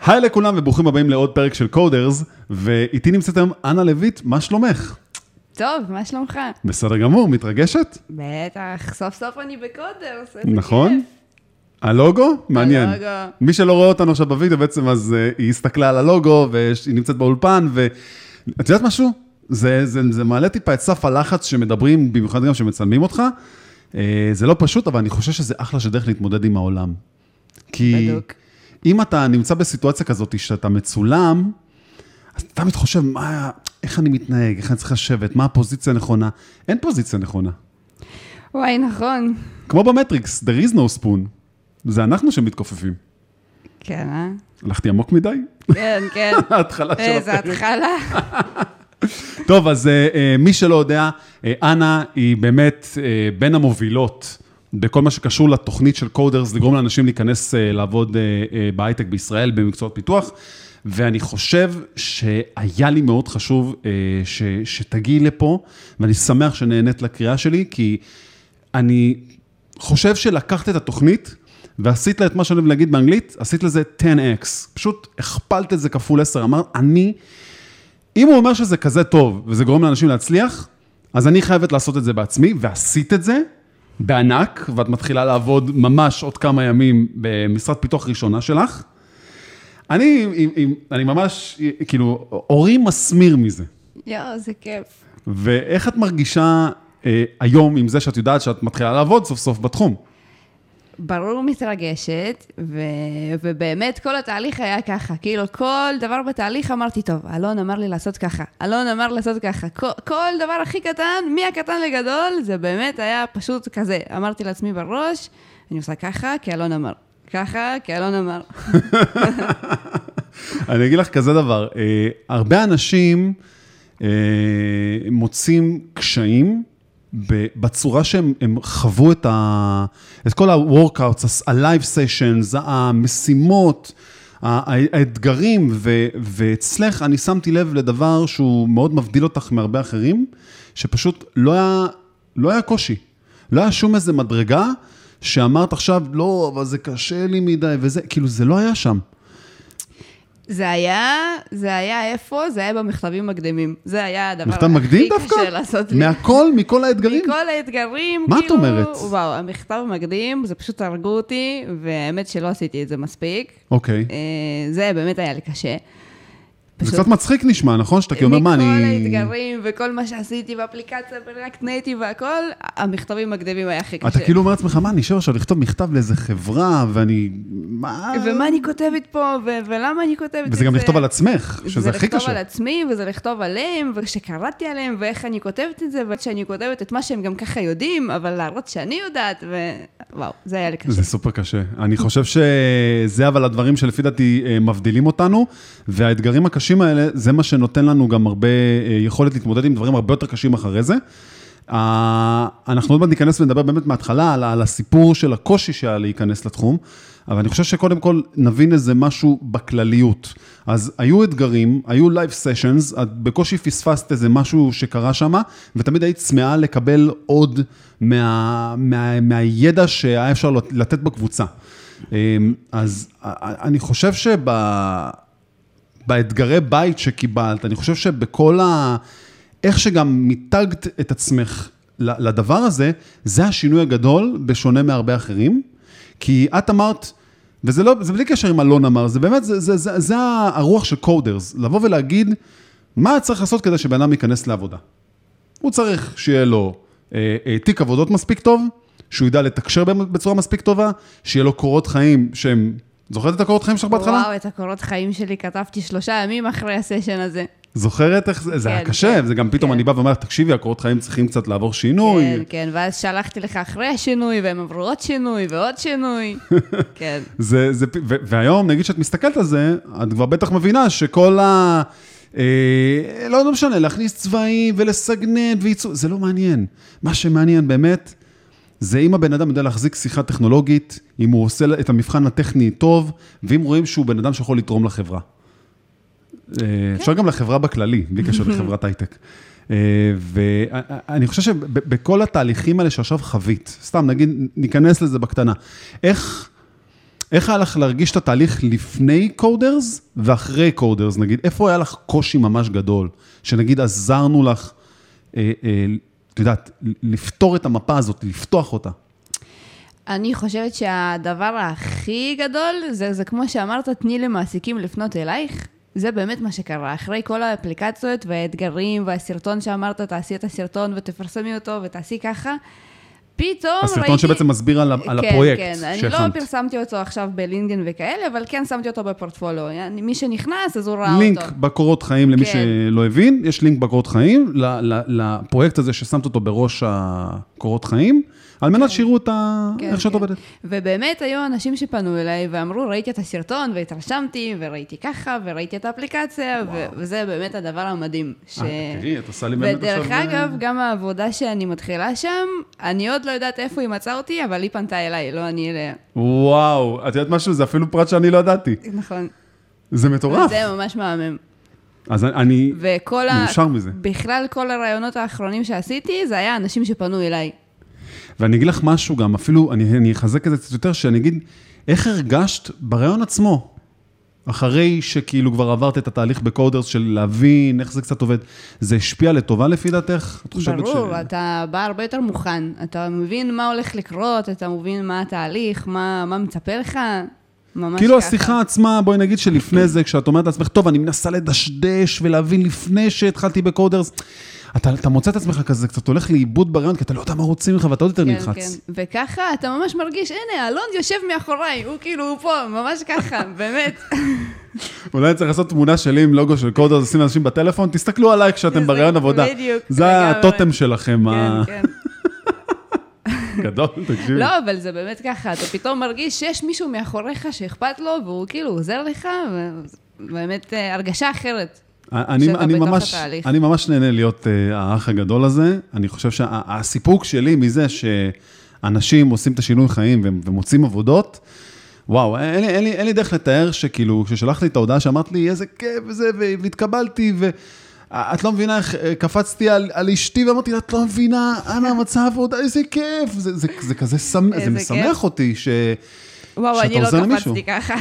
היי לכולם וברוכים הבאים לעוד פרק של קודרס, ואיתי נמצאת היום אנה לויט, מה שלומך? טוב, מה שלומך? בסדר גמור, מתרגשת? בטח, סוף סוף אני בקודרס, נכון? הלוגו? מעניין. הלוגו. מי שלא רואה אותנו עכשיו בווידאו בעצם, אז היא הסתכלה על הלוגו, והיא נמצאת באולפן, ואת יודעת משהו? זה מעלה טיפה את סף הלחץ שמדברים, במיוחד גם שמצלמים אותך. זה לא פשוט, אבל אני חושב שזה אחלה שדרך להתמודד עם העולם. כי בדוק. אם אתה נמצא בסיטואציה כזאת שאתה מצולם, אז אתה תמיד חושב, איך אני מתנהג, איך אני צריך לשבת, מה הפוזיציה הנכונה? אין פוזיציה נכונה. וואי, נכון. כמו במטריקס, there is no spoon. זה אנחנו שמתכופפים. כן, הלכתי עמוק מדי? כן, כן. ההתחלה של איזה הפרק. התחלה. טוב, אז מי שלא יודע, אנה היא באמת בין המובילות בכל מה שקשור לתוכנית של קודרס, לגרום לאנשים להיכנס לעבוד בהייטק בישראל, במקצועות פיתוח, ואני חושב שהיה לי מאוד חשוב שתגיעי לפה, ואני שמח שנהנית לקריאה שלי, כי אני חושב שלקחת את התוכנית, ועשית לה את מה שאני אוהב להגיד באנגלית, עשית לזה 10x, פשוט הכפלת את זה כפול 10, אמרת, אם הוא אומר שזה כזה טוב, וזה גורם לאנשים להצליח, אז אני חייבת לעשות את זה בעצמי, ועשית את זה בענק, ואת מתחילה לעבוד ממש עוד כמה ימים במשרד פיתוח ראשונה שלך. אני ממש, כאילו, אורי מסמיר מזה. יואו, זה כיף. ואיך את מרגישה היום עם זה שאת יודעת שאת מתחילה לעבוד סוף סוף בתחום? ברור מתרגשת, ובאמת כל התהליך היה ככה, כאילו כל דבר בתהליך אמרתי, טוב, אלון אמר לי לעשות ככה, אלון אמר לעשות ככה, כל דבר הכי קטן, מהקטן לגדול, זה באמת היה פשוט כזה, אמרתי לעצמי בראש, אני עושה ככה, כי אלון אמר, ככה, כי אלון אמר. אני אגיד לך כזה דבר, הרבה אנשים מוצאים קשיים, בצורה שהם חוו את כל ה-workouts, ה-live sessions, המשימות, האתגרים, ואצלך אני שמתי לב לדבר שהוא מאוד מבדיל אותך מהרבה אחרים, שפשוט לא היה קושי. לא היה שום איזה מדרגה, שאמרת עכשיו, לא, אבל זה קשה לי מדי, וזה, כאילו זה לא היה שם. זה היה איפה? זה היה במכתבים מקדימים. זה היה הדבר מכתב מקדים הכי דווקא? קשה לעשות לי. מכל האתגרים? מכל האתגרים, מה את כאילו, אומרת? וואו, המכתב מקדים, זה פשוט הרגו אותי, והאמת שלא עשיתי את זה מספיק. אוקיי. זה באמת היה לי קשה. זה קצת מצחיק נשמע, נכון? שאתה כאילו אומר, מה, מכל אני... האתגרים וכל מה שעשיתי באפליקציה, בריאקט נייטיב והכל, המכתבים מקדימים היה הכי קשה. אתה כאילו אומר לעצמך, מה, אני אשאר עכשיו לכתוב מכתב לאיזה חברה, ואני... ומה אני כותבת פה, ולמה אני כותבת את זה? וזה גם לכתוב על עצמך, שזה הכי זה לכתוב קשה. על עצמי, וזה לכתוב עליהם, וכשקראתי עליהם, ואיך אני כותבת את זה, וכשאני כותבת את מה שהם גם ככה יודעים, אבל להראות שאני יודעת, וואו, זה היה לי קשה. זה סופר קשה. אני חושב שזה אבל הדברים שלפי דעתי מבדילים אותנו, והאתגרים הקשים האלה, זה מה שנותן לנו גם הרבה יכולת להתמודד עם דברים הרבה יותר קשים אחרי זה. אנחנו עוד מעט ניכנס ונדבר באמת מההתחלה על הסיפור של הקושי שהיה להיכנס לתחום, אבל אני חושב שקודם כל נבין איזה משהו בכלליות. אז היו אתגרים, היו לייב סשנס, את בקושי פספסת איזה משהו שקרה שם, ותמיד היית צמאה לקבל עוד מהידע שהיה אפשר לתת בקבוצה. אז אני חושב באתגרי בית שקיבלת, אני חושב שבכל איך שגם מיתגת את עצמך לדבר הזה, זה השינוי הגדול בשונה מהרבה אחרים, כי את אמרת, וזה בלי קשר עם אלון אמר, זה באמת, זה הרוח של קודרס, לבוא ולהגיד, מה צריך לעשות כדי שבן אדם ייכנס לעבודה? הוא צריך שיהיה לו תיק עבודות מספיק טוב, שהוא ידע לתקשר בצורה מספיק טובה, שיהיה לו קורות חיים שהם... זוכרת את הקורות חיים שלך בהתחלה? וואו, את הקורות חיים שלי כתבתי 3 ימים אחרי הסשן הזה. זוכרת איך זה היה קשה, זה גם פתאום אני בא ואומר, תקשיבי, הקורות חיים צריכים קצת לעבור שינוי. כן, כן, ואז שלחתי לך אחרי השינוי, והם עברו עוד שינוי ועוד שינוי. כן. והיום, נגיד שאת מסתכלת על זה, את כבר בטח מבינה שכל לא משנה, להכניס צבעים ולסגנן וייצור, זה לא מעניין. מה שמעניין באמת, זה אם הבן אדם יודע להחזיק שיחה טכנולוגית, אם הוא עושה את המבחן הטכני טוב, ואם רואים שהוא בן אדם שיכול לתרום לחברה. אפשר גם לחברה בכללי, בלי קשר לחברת הייטק. ואני חושב שבכל התהליכים האלה שעכשיו חווית, סתם נגיד, ניכנס לזה בקטנה, איך איך היה לך להרגיש את התהליך לפני קודרס ואחרי קודרס? נגיד, איפה היה לך קושי ממש גדול? שנגיד עזרנו לך, את יודעת, לפתור את המפה הזאת, לפתוח אותה. אני חושבת שהדבר הכי גדול, זה כמו שאמרת, תני למעסיקים לפנות אלייך. זה באמת מה שקרה. אחרי כל האפליקציות והאתגרים והסרטון שאמרת, תעשי את הסרטון ותפרסמי אותו ותעשי ככה, פתאום ראיתי... הסרטון שבעצם מסביר על הפרויקט שהכנת. כן, אני לא פרסמתי אותו עכשיו בלינקדאין וכאלה, אבל כן שמתי אותו בפורטפוליו. מי שנכנס, אז הוא ראה אותו. לינק בקורות חיים, למי שלא הבין, יש לינק בקורות חיים, לפרויקט הזה ששמת אותו בראש הקורות חיים, על מנת שיראו איך שאת עובדת. ובאמת היו אנשים שפנו אליי ואמרו, ראיתי את הסרטון והתרשמתי, וראיתי ככה, וראיתי את האפליקציה, וזה באמת הדבר המדהים. תראי, את עושה לי באמת עכשיו... ודרך אגב, גם העבודה שאני מתחילה שם, אני עוד לא יודעת איפה היא מצאה אותי, אבל היא פנתה אליי, לא אני אליה. וואו, את יודעת משהו? זה אפילו פרט שאני לא ידעתי. נכון. זה מטורף. זה ממש מהמם. אז אני מאושר מזה. בכלל, כל הרעיונות האחרונים שעשיתי, זה היה אנשים שפנו אליי. ואני אגיד לך משהו גם, אפילו, אני אחזק את זה קצת יותר, שאני אגיד, איך הרגשת ברעיון עצמו, אחרי שכאילו כבר עברת את התהליך בקודרס של להבין איך זה קצת עובד, זה השפיע לטובה לפי דעתך? ברור, אתה בא הרבה יותר מוכן, אתה מבין מה הולך לקרות, אתה מבין מה התהליך, מה מצפה לך, ממש כאילו השיחה עצמה, בואי נגיד שלפני זה, כשאת אומרת לעצמך, טוב, אני מנסה לדשדש ולהבין לפני שהתחלתי בקודרס, אתה מוצא את עצמך כזה, קצת הולך לאיבוד ברעיון, כי אתה לא יודע מה רוצים לך, ואתה עוד יותר נלחץ. כן, כן. וככה אתה ממש מרגיש, הנה, אלון יושב מאחוריי, הוא כאילו, הוא פה, ממש ככה, באמת. אולי צריך לעשות תמונה שלי עם לוגו של קודרס, עושים אנשים בטלפון, תסתכלו עליי כשאתם ברעיון עבודה. בדיוק. זה הטוטם שלכם. כן, כן. גדול, תקשיבי. לא, אבל זה באמת ככה, אתה פתאום מרגיש שיש מישהו מאחוריך שאכפת לו, והוא כאילו עוזר לך, ובאמת הרגשה אחרת. אני ממש נהנה להיות האח הגדול הזה. אני חושב שהסיפוק שלי מזה שאנשים עושים את השינוי חיים ומוצאים עבודות, וואו, אין לי דרך לתאר שכאילו, כששלחת לי את ההודעה שאמרת לי, איזה כיף וזה, והתקבלתי, ואת לא מבינה איך קפצתי על אשתי, ואמרתי, את לא מבינה, אנה מצב עבודה, איזה כיף, זה כזה, זה משמח אותי וואו, אני לא קפצתי ככה.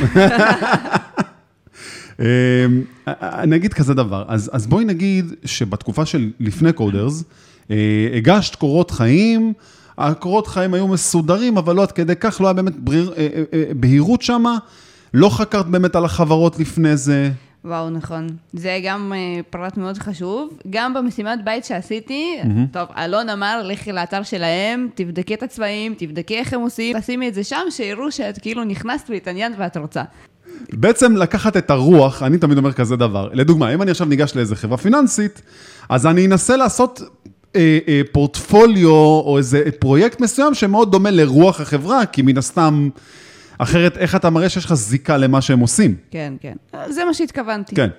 אני אגיד כזה דבר, אז בואי נגיד שבתקופה של לפני קודרס, הגשת קורות חיים, הקורות חיים היו מסודרים, אבל לא עד כדי כך, לא היה באמת בהירות שמה, לא חקרת באמת על החברות לפני זה. וואו, נכון. זה גם פרט מאוד חשוב. גם במשימת בית שעשיתי, טוב, אלון אמר, לכי לאתר שלהם, תבדקי את הצבעים, תבדקי איך הם עושים, תשימי את זה שם, שיראו שאת כאילו נכנסת והתעניינת ואת רוצה. בעצם לקחת את הרוח, אני תמיד אומר כזה דבר. לדוגמה, אם אני עכשיו ניגש לאיזה חברה פיננסית, אז אני אנסה לעשות פורטפוליו או איזה פרויקט מסוים שמאוד דומה לרוח החברה, כי מן הסתם, אחרת איך אתה מראה שיש לך זיקה למה שהם עושים? כן, כן. זה מה שהתכוונתי. כן.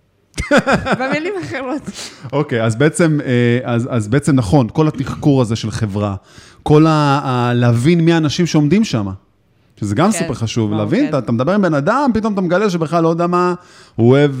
במילים אחרות. אוקיי, אז בעצם נכון, כל התחקור הזה של חברה, כל להבין מי האנשים שעומדים שם, שזה גם סופר חשוב, להבין, אתה מדבר עם בן אדם, פתאום אתה מגלה שבכלל לא יודע מה, הוא אוהב,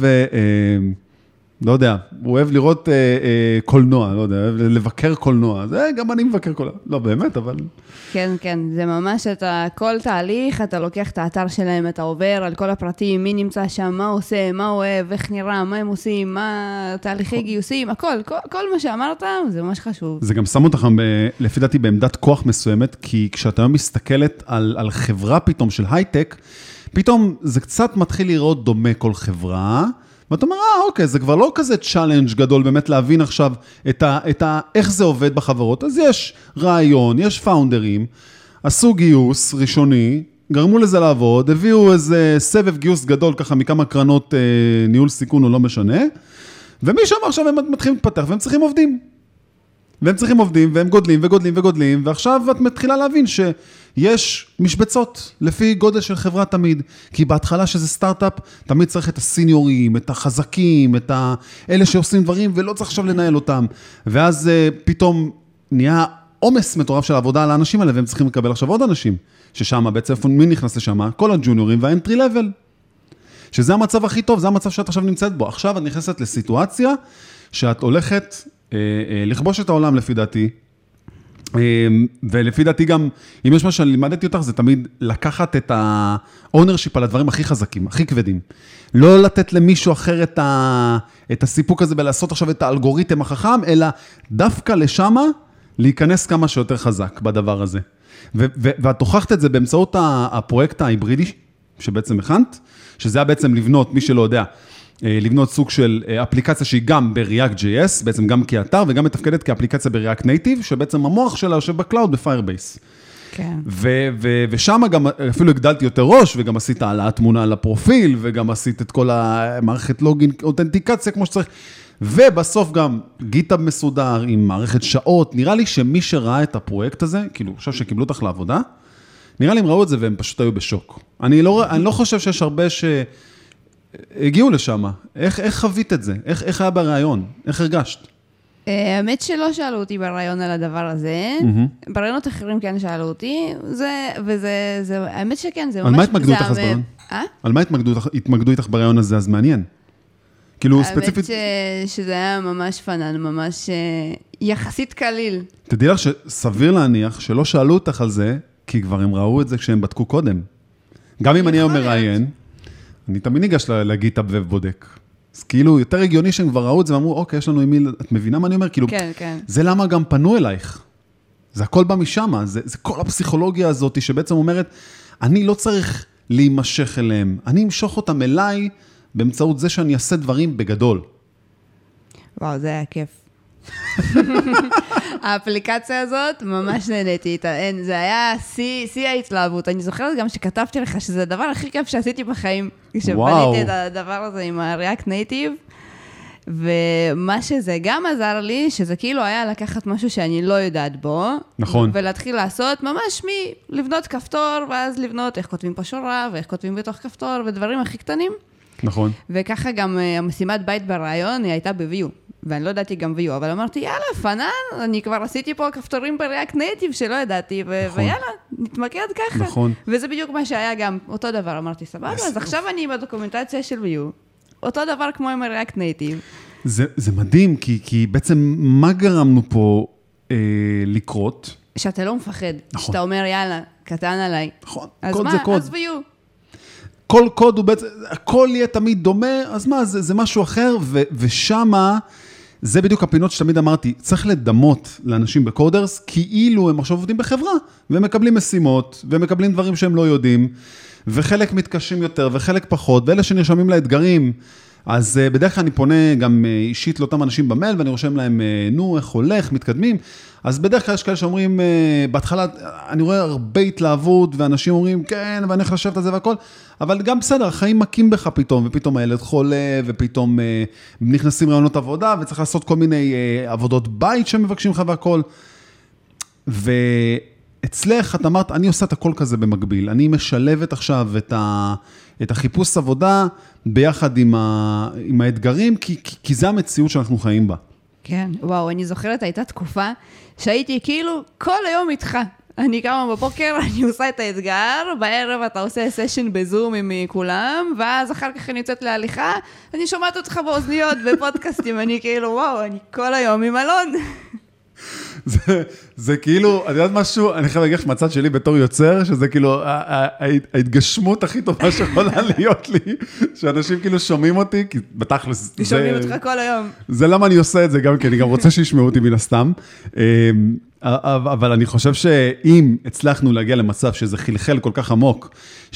לא יודע, הוא אוהב לראות קולנוע, לא יודע, אוהב לבקר קולנוע, זה גם אני מבקר קולנוע, לא באמת, אבל... כן, כן, זה ממש, כל תהליך, אתה לוקח את האתר שלהם, אתה עובר על כל הפרטים, מי נמצא שם, מה עושה, מה אוהב, איך נראה, מה הם עושים, מה תהליכי גיוסים, הכל, כל מה שאמרת, זה ממש חשוב. זה גם שם אותך, לפי דעתי, בעמדת כוח מסוימת, כי כשאתה מסתכלת על חברה פתאום של הייטק, פתאום זה קצת מתחיל לראות דומה כל חברה, ואתה אומר, אוקיי, זה כבר לא כזה צ'אלנג' גדול, באמת להבין עכשיו איך זה עובד בחברות. אז יש רעיון, יש פאונדרים, עשו גיוס ראשוני, גרמו לזה לעבוד, הביאו איזה סבב גיוס גדול, ככה מכמה קרנות ניהול סיכון או לא משנה, ומשם עכשיו הם מתחילים להתפתח, והם צריכים עובדים. והם צריכים עובדים, והם גודלים וגודלים וגודלים, ועכשיו את מתחילה להבין שיש משבצות לפי גודל של חברה תמיד, כי בהתחלה שזה סטארט-אפ, תמיד צריך את הסיניורים, את החזקים, את אלה שעושים דברים, ולא צריך עכשיו לנהל אותם, ואז פתאום נהיה עומס מטורף של עבודה על האנשים האלה, והם צריכים לקבל עכשיו עוד אנשים, ששם בעצם מי נכנס לשם? כל הג'וניורים והאנטרי לבל, שזה המצב הכי טוב, זה המצב שאת עכשיו נמצאת בו. עכשיו את נכנסת לסיטואציה שאת הולכת לכבוש את העולם לפי דעתי, ולפי דעתי גם, אם יש מה שאני לימדתי אותך, זה תמיד לקחת את ה-ownership על הדברים הכי חזקים, הכי כבדים. לא לתת למישהו אחר את הסיפוק הזה, ולעשות עכשיו את האלגוריתם החכם, אלא דווקא לשמה, להיכנס כמה שיותר חזק בדבר הזה. ואת הוכחת את זה באמצעות הפרויקט ההיברידי, שבעצם הכנת, שזה היה בעצם לבנות, מי שלא יודע, לבנות סוג של אפליקציה שהיא גם ב-React.js, בעצם גם כאתר, וגם מתפקדת כאפליקציה ב-React Native, שבעצם המוח שלה יושב בקלאוד ב-Firebase. כן. ושם גם אפילו הגדלתי יותר ראש, וגם עשית העלאת תמונה לפרופיל, וגם עשית את כל המערכת לוגין, אותנטיקציה כמו שצריך, ובסוף גם גיטאב מסודר עם מערכת שעות. נראה לי שמי שראה את הפרויקט הזה, כאילו, עכשיו שקיבלו אותך לעבודה, נראה לי הם ראו את זה והם פשוט היו בשוק. אני לא חושב שיש הרבה הגיעו לשם. איך חווית את זה? איך היה ברעיון? איך הרגשת? האמת שלא שאלו אותי ברעיון על הדבר הזה. ברעיונות אחרים כן שאלו אותי, האמת שכן, זה ממש... על מה התמקדו איתך ברעיון? על מה התמקדו איתך ברעיון הזה, אז מעניין? כאילו ספציפית... האמת שזה היה ממש פנן, ממש יחסית קליל. תדעי לך שסביר להניח שלא שאלו אותך על זה, כי כבר הם ראו את זה כשהם בדקו קודם. גם אם אני היום מראיין, אני תמיד ניגש לגיטאב ובודק. אז כאילו, יותר הגיוני שהם כבר ראו את זה, ואמרו, אוקיי, יש לנו אימיל, את מבינה מה אני אומר? כאילו, כן, כן. זה למה גם פנו אלייך. זה הכל בא משם, זה כל הפסיכולוגיה הזאת, שבעצם אומרת, אני לא צריך להימשך אליהם, אני אמשוך אותם אליי, באמצעות זה שאני אעשה דברים בגדול. וואו, זה היה כיף. האפליקציה הזאת, ממש נהניתי איתה. זה היה שיא ההתלהבות. אני זוכרת גם שכתבתי לך שזה הדבר הכי כיף שעשיתי בחיים, כשבניתי את הדבר הזה עם ה-React Native, ומה שזה גם עזר לי, שזה כאילו היה לקחת משהו שאני לא יודעת בו, נכון. ולהתחיל לעשות ממש לבנות כפתור, ואז לבנות איך כותבים פה שורה, ואיך כותבים בתוך כפתור, ודברים הכי קטנים. נכון. וככה גם המשימת בית ברעיון, היא הייתה ב-Vue. ואני לא ידעתי גם Vue, אבל אמרתי, יאללה, פנן, אני כבר עשיתי פה כפתורים ב-React Native שלא ידעתי, ויאללה, נתמקד ככה. נכון. וזה בדיוק מה שהיה גם, אותו דבר, אמרתי, סבבה, אז עכשיו אני בדוקומנטציה של Vue, אותו דבר כמו עם ה-React Native. זה מדהים, כי בעצם מה גרמנו פה לקרות? שאתה לא מפחד, נכון. שאתה אומר, יאללה, קטן עליי. נכון, אז קוד מה? זה קוד. אז Vue. כל קוד הוא בעצם, הכל יהיה תמיד דומה, אז מה, זה משהו אחר, ושמה, זה בדיוק הפינות שתמיד אמרתי, צריך לדמות לאנשים בקודרס, כאילו הם עכשיו עובדים בחברה, והם מקבלים משימות, והם מקבלים דברים שהם לא יודעים, וחלק מתקשים יותר, וחלק פחות, ואלה שנרשמים לאתגרים, אז בדרך כלל אני פונה גם אישית לאותם אנשים במייל, ואני רושם להם, נו, איך הולך, מתקדמים, אז בדרך כלל יש כאלה שאומרים, בהתחלה אני רואה הרבה התלהבות, ואנשים אומרים, כן, ואני הולך לשבת על זה והכל, אבל גם בסדר, החיים מכים בך פתאום, ופתאום הילד חולה, ופתאום נכנסים רעיונות עבודה, וצריך לעשות כל מיני עבודות בית שמבקשים לך והכל. ואצלך, את אמרת, אני עושה את הכל כזה במקביל, אני משלבת עכשיו את החיפוש עבודה, ביחד עם האתגרים, כי זה המציאות שאנחנו חיים בה. כן, וואו, אני זוכרת, הייתה תקופה שהייתי כאילו כל היום איתך. אני קמה בבוקר, אני עושה את האתגר, בערב אתה עושה סשן בזום עם כולם, ואז אחר כך אני יוצאת להליכה, אני שומעת אותך באוזניות בפודקאסטים, אני כאילו, וואו, אני כל היום עם אלון. זה כאילו, אני יודעת משהו, אני חייב להגיד מצד שלי בתור יוצר, שזה כאילו ההתגשמות הכי טובה שיכולה להיות לי, שאנשים כאילו שומעים אותי, כי בתכלס... שומעים אותך כל היום. זה למה אני עושה את זה גם, כי אני גם רוצה שישמעו אותי מן הסתם, אבל אני חושב שאם הצלחנו להגיע למצב שזה חלחל כל כך עמוק,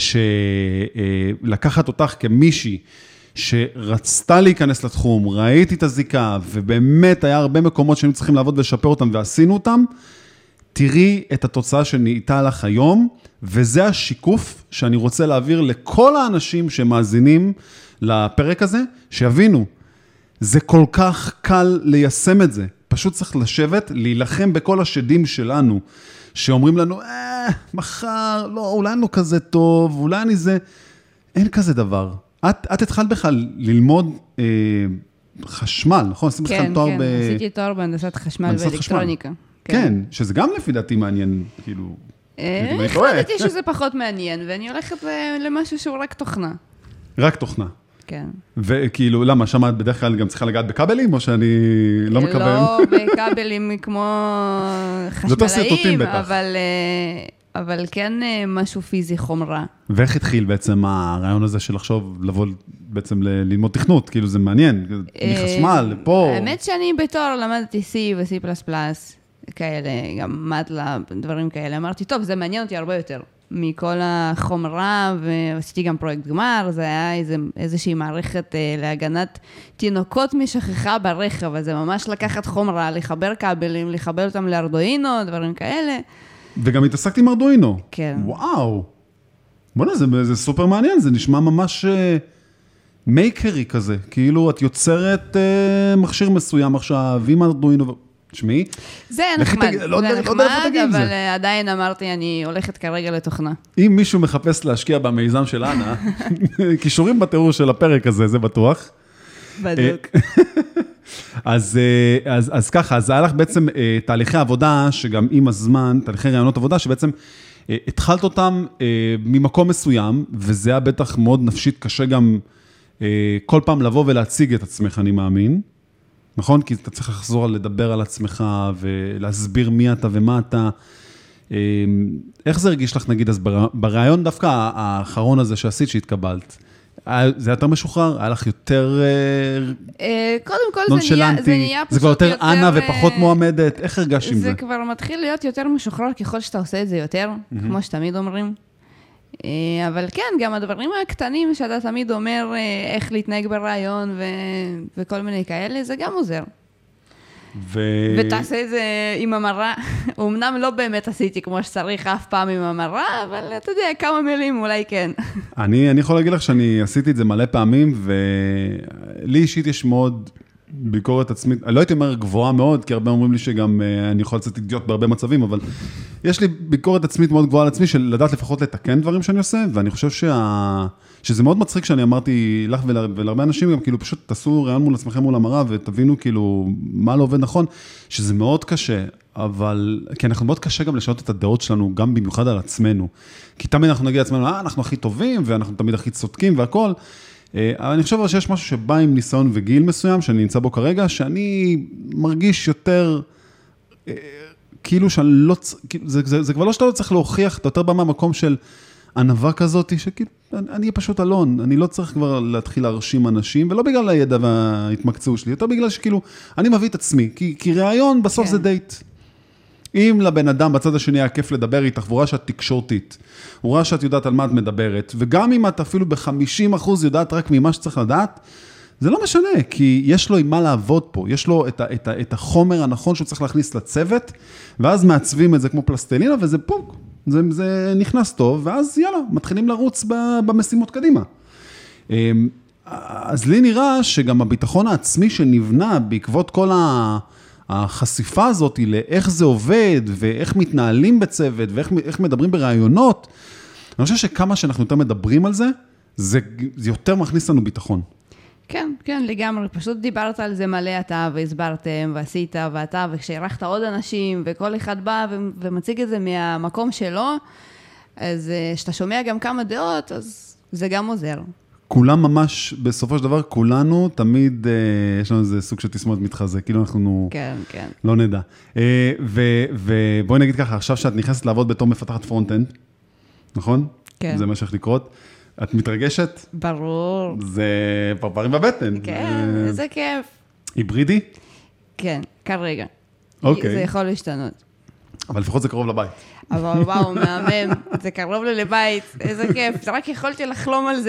שלקחת אותך כמישהי, שרצתה להיכנס לתחום, ראיתי את הזיקה, ובאמת היה הרבה מקומות שהיינו צריכים לעבוד ולשפר אותם, ועשינו אותם, תראי את התוצאה שנהייתה לך היום, וזה השיקוף שאני רוצה להעביר לכל האנשים שמאזינים לפרק הזה, שיבינו, זה כל כך קל ליישם את זה, פשוט צריך לשבת, להילחם בכל השדים שלנו, שאומרים לנו, מחר, לא, אולי אני לא כזה טוב, אולי אני זה, אין כזה דבר. את התחלת בכלל ללמוד חשמל, נכון? כן, כן, עשיתי תואר בהנדסת חשמל ואלקטרוניקה. כן, שזה גם לפי דעתי מעניין, כאילו... החלטתי שזה פחות מעניין, ואני הולכת למשהו שהוא רק תוכנה. רק תוכנה. כן. וכאילו, למה, שם את בדרך כלל גם צריכה לגעת בכבלים, או שאני לא מכוון? לא בכבלים כמו יותר סרטוטים חשמלאים, בטח. אבל כן משהו פיזי חומרה. ואיך התחיל בעצם הרעיון הזה של לחשוב, לבוא בעצם ללמוד תכנות? כאילו זה מעניין, מחשמל, פה. האמת שאני בתור למדתי C ו-C++, כאלה, גם MATLAB, דברים כאלה. אמרתי, טוב, זה מעניין אותי הרבה יותר מכל החומרה, ועשיתי גם פרויקט גמר, זה היה איזושהי מערכת להגנת תינוקות משכחה ברכב, אז זה ממש לקחת חומרה, לחבר כבלים, לחבר אותם לארדואינו, דברים כאלה. וגם התעסקתי עם ארדואינו. כן. וואו. בוא'נה, זה סופר מעניין, זה נשמע ממש מייקרי כזה. כאילו את יוצרת מכשיר מסוים עכשיו, עם ארדואינו. תשמעי. זה נחמד, אבל עדיין אמרתי, אני הולכת כרגע לתוכנה. אם מישהו מחפש להשקיע במיזם של אנה, קישורים בתיאור של הפרק הזה, זה בטוח. בדיוק. אז ככה, אז היה לך בעצם תהליכי עבודה, שגם עם הזמן, תהליכי רעיונות עבודה, שבעצם התחלת אותם ממקום מסוים, וזה היה בטח מאוד נפשית קשה גם כל פעם לבוא ולהציג את עצמך, אני מאמין. נכון? כי אתה צריך לחזור לדבר על עצמך, ולהסביר מי אתה ומה אתה. איך זה הרגיש לך, נגיד, אז ברעיון דווקא האחרון הזה שעשית, שהתקבלת, זה יותר משוחרר? היה לך יותר קודם כל נונשלנטי? זה נהיה פשוט זה כבר יותר אנה ופחות מועמדת? איך הרגשת עם זה? זה כבר מתחיל להיות יותר משוחרר ככל שאתה עושה את זה יותר, כמו שתמיד אומרים. אבל כן, גם הדברים הקטנים שאתה תמיד אומר איך להתנהג ברעיון וכל מיני כאלה, זה גם עוזר. ותעשה את זה עם המראה. אמנם לא באמת עשיתי כמו שצריך אף פעם עם המראה, אבל אתה יודע, כמה מילים אולי כן. אני יכול להגיד לך שאני עשיתי את זה מלא פעמים, ולי אישית יש מאוד ביקורת עצמית, אני לא הייתי אומר גבוהה מאוד, כי הרבה אומרים לי שגם אני יכול לצאת אידיוט בהרבה מצבים, אבל יש לי ביקורת עצמית מאוד גבוהה על עצמי, של לדעת לפחות לתקן דברים שאני עושה, ואני חושב שזה מאוד מצחיק שאני אמרתי לך ולהרבה אנשים, גם כאילו פשוט תעשו רעיון מול עצמכם מול המראה, ותבינו כאילו מה לא עובד נכון, שזה מאוד קשה, אבל כי אנחנו מאוד קשה גם לשנות את הדעות שלנו, גם במיוחד על עצמנו, כי תמיד אנחנו נגיד לעצמנו, אנחנו הכי טובים, ואנחנו תמיד הכי צודקים והכל, אבל אני חושב שיש משהו שבא עם ניסיון וגיל מסוים, שאני נמצא בו כרגע, שאני מרגיש יותר, כאילו שאני לא, זה כבר לא שאתה לא צריך להוכיח, אתה יותר בא מהמקום של ענווה כזאת, שכאילו, אני פשוט אלון, אני לא צריך כבר להתחיל להרשים אנשים, ולא בגלל הידע וההתמקצוע שלי, יותר בגלל שכאילו, אני מביא את עצמי, כי רעיון בסוף זה דייט. אם לבן אדם בצד השני היה כיף לדבר איתך, והוא ראה שאת תקשורתית, הוא ראה שאת יודעת על מה את מדברת, וגם אם את אפילו ב-50% יודעת רק ממה שצריך לדעת, זה לא משנה, כי יש לו עם מה לעבוד פה, יש לו את החומר הנכון שהוא צריך להכניס לצוות, ואז מעצבים את זה כמו פלסטלינה, וזה פוק, זה נכנס טוב, ואז יאללה, מתחילים לרוץ במשימות קדימה. אז לי נראה שגם הביטחון העצמי שנבנה בעקבות כל החשיפה הזאת לאיך זה עובד, ואיך מתנהלים בצוות, ואיך מדברים ברעיונות, אני חושב שכמה שאנחנו יותר מדברים על זה, זה יותר מכניס לנו ביטחון. כן, כן, לגמרי. פשוט דיברת על זה מלא אתה, והסברתם, ועשית, ואתה, וכשהערכת עוד אנשים, וכל אחד בא ומציג את זה מהמקום שלו, אז שאתה שומע גם כמה דעות, אז זה גם עוזר. כולם ממש, בסופו של דבר, כולנו תמיד, יש לנו איזה סוג של תסמונת מתחזה, כאילו אנחנו כן, כן. לא נדע. ובואי נגיד ככה, עכשיו שאת נכנסת לעבוד בתור מפתחת פרונט-אנד, נכון? כן. זה מה שהולך לקרות. את מתרגשת? ברור. זה פרפרים בבטן. כן, איזה כיף. היברידי? כן, כרגע. אוקיי. זה יכול להשתנות. אבל לפחות זה קרוב לבית. אבל וואו, מהמם, זה קרוב לי לבית, איזה כיף, רק יכולתי לחלום על זה.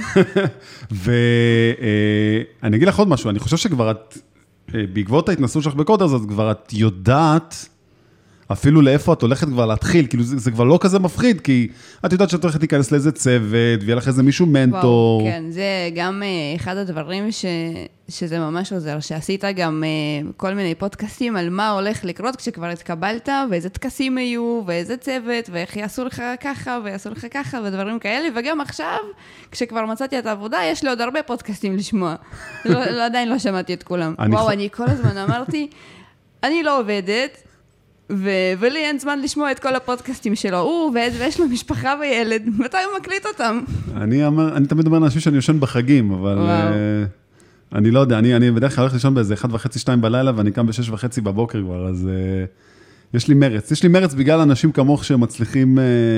ואני אגיד לך עוד משהו, אני חושב שכבר את, בעקבות ההתנסות שלך בקודרס, אז כבר את יודעת, אפילו לאיפה את הולכת כבר להתחיל, כאילו זה כבר לא כזה מפחיד, כי את יודעת שאת הולכת להיכנס לאיזה צוות, ויהיה לך איזה מישהו מנטור. וואו, כן, זה גם אחד הדברים שזה ממש עוזר, שעשית גם כל מיני פודקאסטים על מה הולך לקרות כשכבר התקבלת, ואיזה תקסים יהיו, ואיזה צוות, ואיך יעשו לך ככה, ויעשו לך ככה, ודברים כאלה, וגם עכשיו, כשכבר מצאתי את העבודה, יש לי עוד הרבה פודקאסטים לשמוע. עדיין לא שמעתי את כולם. וואו, אני כל הזמן אמרתי, אני לא עובדת, ולי אין זמן לשמוע את כל הפודקאסטים שלו, ויש לו משפחה וילד, מתי הוא מקליט אותם? אני תמיד אומר לאנשים שאני יושן בחגים, אבל אני לא יודע, אני בדרך כלל הולך לישון באיזה 1:30-2 בלילה, ואני קם ב6:30 בבוקר כבר, אז יש לי מרץ. יש לי מרץ בגלל אנשים כמוך שמצליחים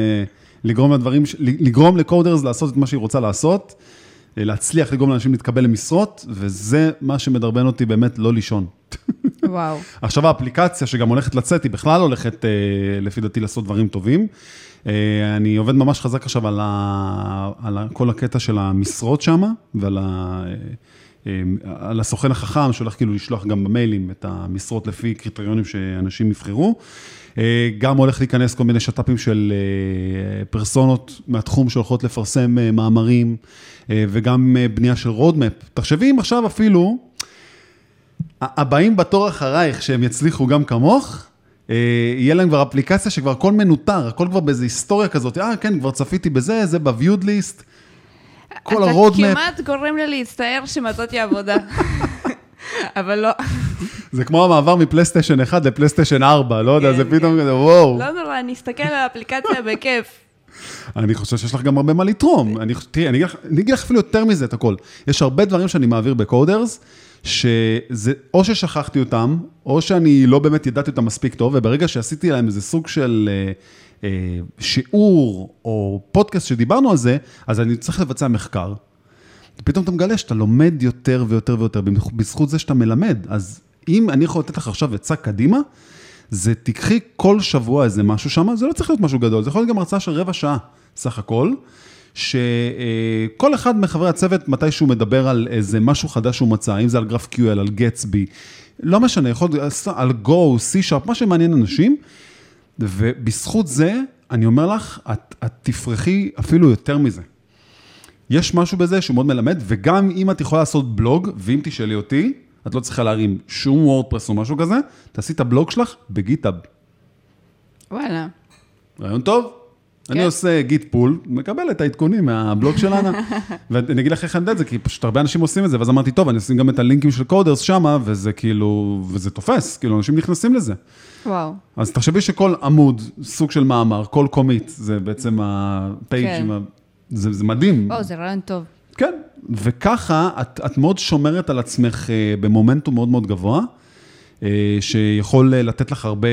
לגרום לקודרס לעשות את מה שהיא רוצה לעשות, להצליח לגרום לאנשים להתקבל למשרות, וזה מה שמדרבן אותי באמת לא לישון. וואו. עכשיו האפליקציה שגם הולכת לצאת, היא בכלל הולכת לפי דעתי לעשות דברים טובים. אני עובד ממש חזק עכשיו על כל הקטע של המשרות שם, על הסוכן החכם, שהולך כאילו לשלוח גם במיילים את המשרות לפי קריטריונים שאנשים יבחרו. גם הולך להיכנס כל מיני שטאפים של פרסונות מהתחום שהולכות לפרסם מאמרים, וגם בנייה של רודמפ. תחשבי אם עכשיו אפילו, הבאים בתור אחרייך שהם יצליחו גם כמוך, יהיה להם כבר אפליקציה שכבר הכל מנותר, הכל כבר באיזו היסטוריה כזאת, כן, כבר צפיתי בזה, זה ב-viewed list, כל הרודמפ. אתה כמעט גורם לי להצטער שמצאתי עבודה. אבל לא. זה כמו המעבר מפלייסטיישן 1 לפלייסטיישן 4, לא יודע, זה פתאום כזה, וואו. לא נורא, אני אסתכל על האפליקציה בכיף. אני חושב שיש לך גם הרבה מה לתרום. תראי, אני אגיד לך אפילו יותר מזה את הכל. יש הרבה דברים שאני מעביר בקודרס, שזה או ששכחתי אותם, או שאני לא באמת ידעתי אותם מספיק טוב, וברגע שעשיתי להם איזה סוג של שיעור או פודקאסט שדיברנו על זה, אז אני צריך לבצע מחקר. פתאום אתה מגלה שאתה לומד יותר ויותר ויותר, בזכות זה שאתה מלמד. אז אם אני יכול לתת לך עכשיו עצה קדימה, זה תקחי כל שבוע איזה משהו שם, זה לא צריך להיות משהו גדול, זה יכול להיות גם הרצאה של 15 דקות, סך הכל, שכל אחד מחברי הצוות, מתי שהוא מדבר על איזה משהו חדש שהוא מצא, אם זה על GraphQL, על Gatsby, לא משנה, יכול להיות על Go, C#, מה שמעניין אנשים, ובזכות זה, אני אומר לך, את תפרחי אפילו יותר מזה. יש משהו בזה שהוא מאוד מלמד, וגם אם את יכולה לעשות בלוג, ואם תשאלי אותי, את לא צריכה להרים שום וורדפרס או משהו כזה, תעשי את הבלוג שלך בגיטאב. וואלה. רעיון טוב? אני עושה גיט פול, מקבל את העדכונים מהבלוג שלנו, ואני אגיד לך איך אני יודע את זה, כי פשוט הרבה אנשים עושים את זה, ואז אמרתי, טוב, אני אשים גם את הלינקים של קודרס שמה, וזה כאילו, וזה תופס, כאילו אנשים נכנסים לזה. וואו. אז תחשבי שכל עמוד, סוג של מאמר, כל קומיט, זה בעצם הפייג', זה מדהים. זה רעיון טוב. כן, וככה את מאוד שומרת על עצמך במומנטום מאוד מאוד גבוה, שיכול לתת לך הרבה,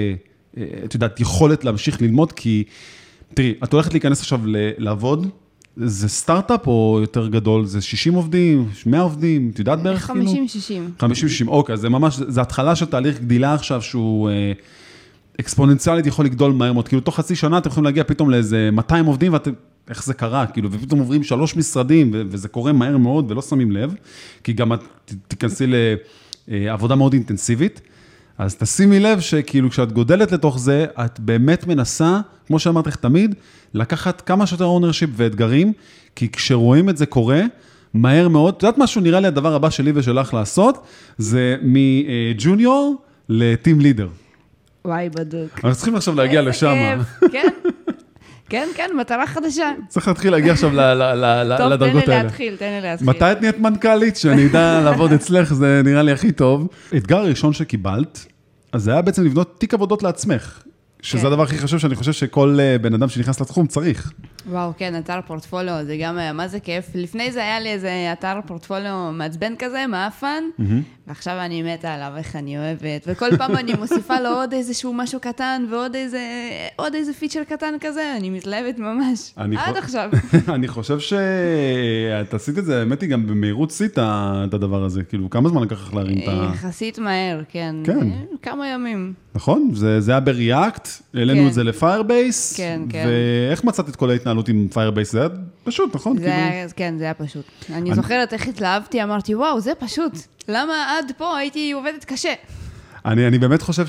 את יודעת, יכולת להמשיך ללמוד, כי תראי, את הולכת להיכנס עכשיו לעבוד, זה סטארט-אפ או יותר גדול, זה 60 עובדים, 100 עובדים, את יודעת בערך? 50-60. 50-60, אוקיי, זה ממש, זה התחלה של תהליך גדילה עכשיו, שהוא אקספוננציאלית יכול לגדול מהר מאוד, כאילו תוך חצי שנה אתם יכולים להגיע פתאום לאיזה 200 עובדים, ואתם, איך זה קרה, כאילו, ופתאום עוברים 3 משרדים, וזה קורה מהר מאוד, ולא שמים לב, כי גם את תיכנסי לעבודה מאוד אינטנסיבית, אז תשימי לב שכאילו כשאת גודלת לתוך זה, את באמת מנסה, כמו שאמרת לך תמיד, לקחת כמה שיותר אונרשיפ ואתגרים, כי כשרואים את זה קורה, מהר מאוד, את יודעת משהו, נראה לי הדבר הבא שלי ושלך לעשות, זה מג'וניור לטים לידר. וואי, בדוק. אנחנו צריכים עכשיו להגיע לשם. כן. כן, כן, מטרה חדשה. צריך להתחיל להגיע עכשיו לדרגות האלה. טוב, תן לי להתחיל. מתי את נהיית מנכ"לית? שאני אדע לעבוד אצלך, זה נראה לי הכי טוב. האתגר הראשון שקיבלת, אז זה היה בעצם לבנות תיק עבודות לעצמך, שזה הדבר הכי חשוב שאני חושב שכל בן אדם שנכנס לתחום צריך. וואו, כן, אתר פורטפוליו, זה גם, מה זה כיף. לפני זה היה לי איזה אתר פורטפוליו מעצבן כזה, מאפן, ועכשיו אני מתה עליו, איך אני אוהבת, וכל פעם אני מוסיפה לו עוד איזשהו משהו קטן, ועוד איזה פיצ'ר קטן כזה, אני מתלהבת ממש, עד עכשיו. אני חושב שאת עשית את זה, האמת היא גם במהירות עשית את הדבר הזה, כאילו, כמה זמן לקח לך להרים את ה... יחסית מהר, כן. כמה ימים. נכון, זה היה בריאקט, העלינו את זה לפיירבייס, ואיך מצאת את כל ההתנהלות עם פיירבייס? זה היה פשוט, נכון? כן, זה היה פשוט. אני זוכרת איך התלהבתי, אמרתי, וואו, זה פשוט. למה עד פה הייתי עובדת קשה? אני באמת חושב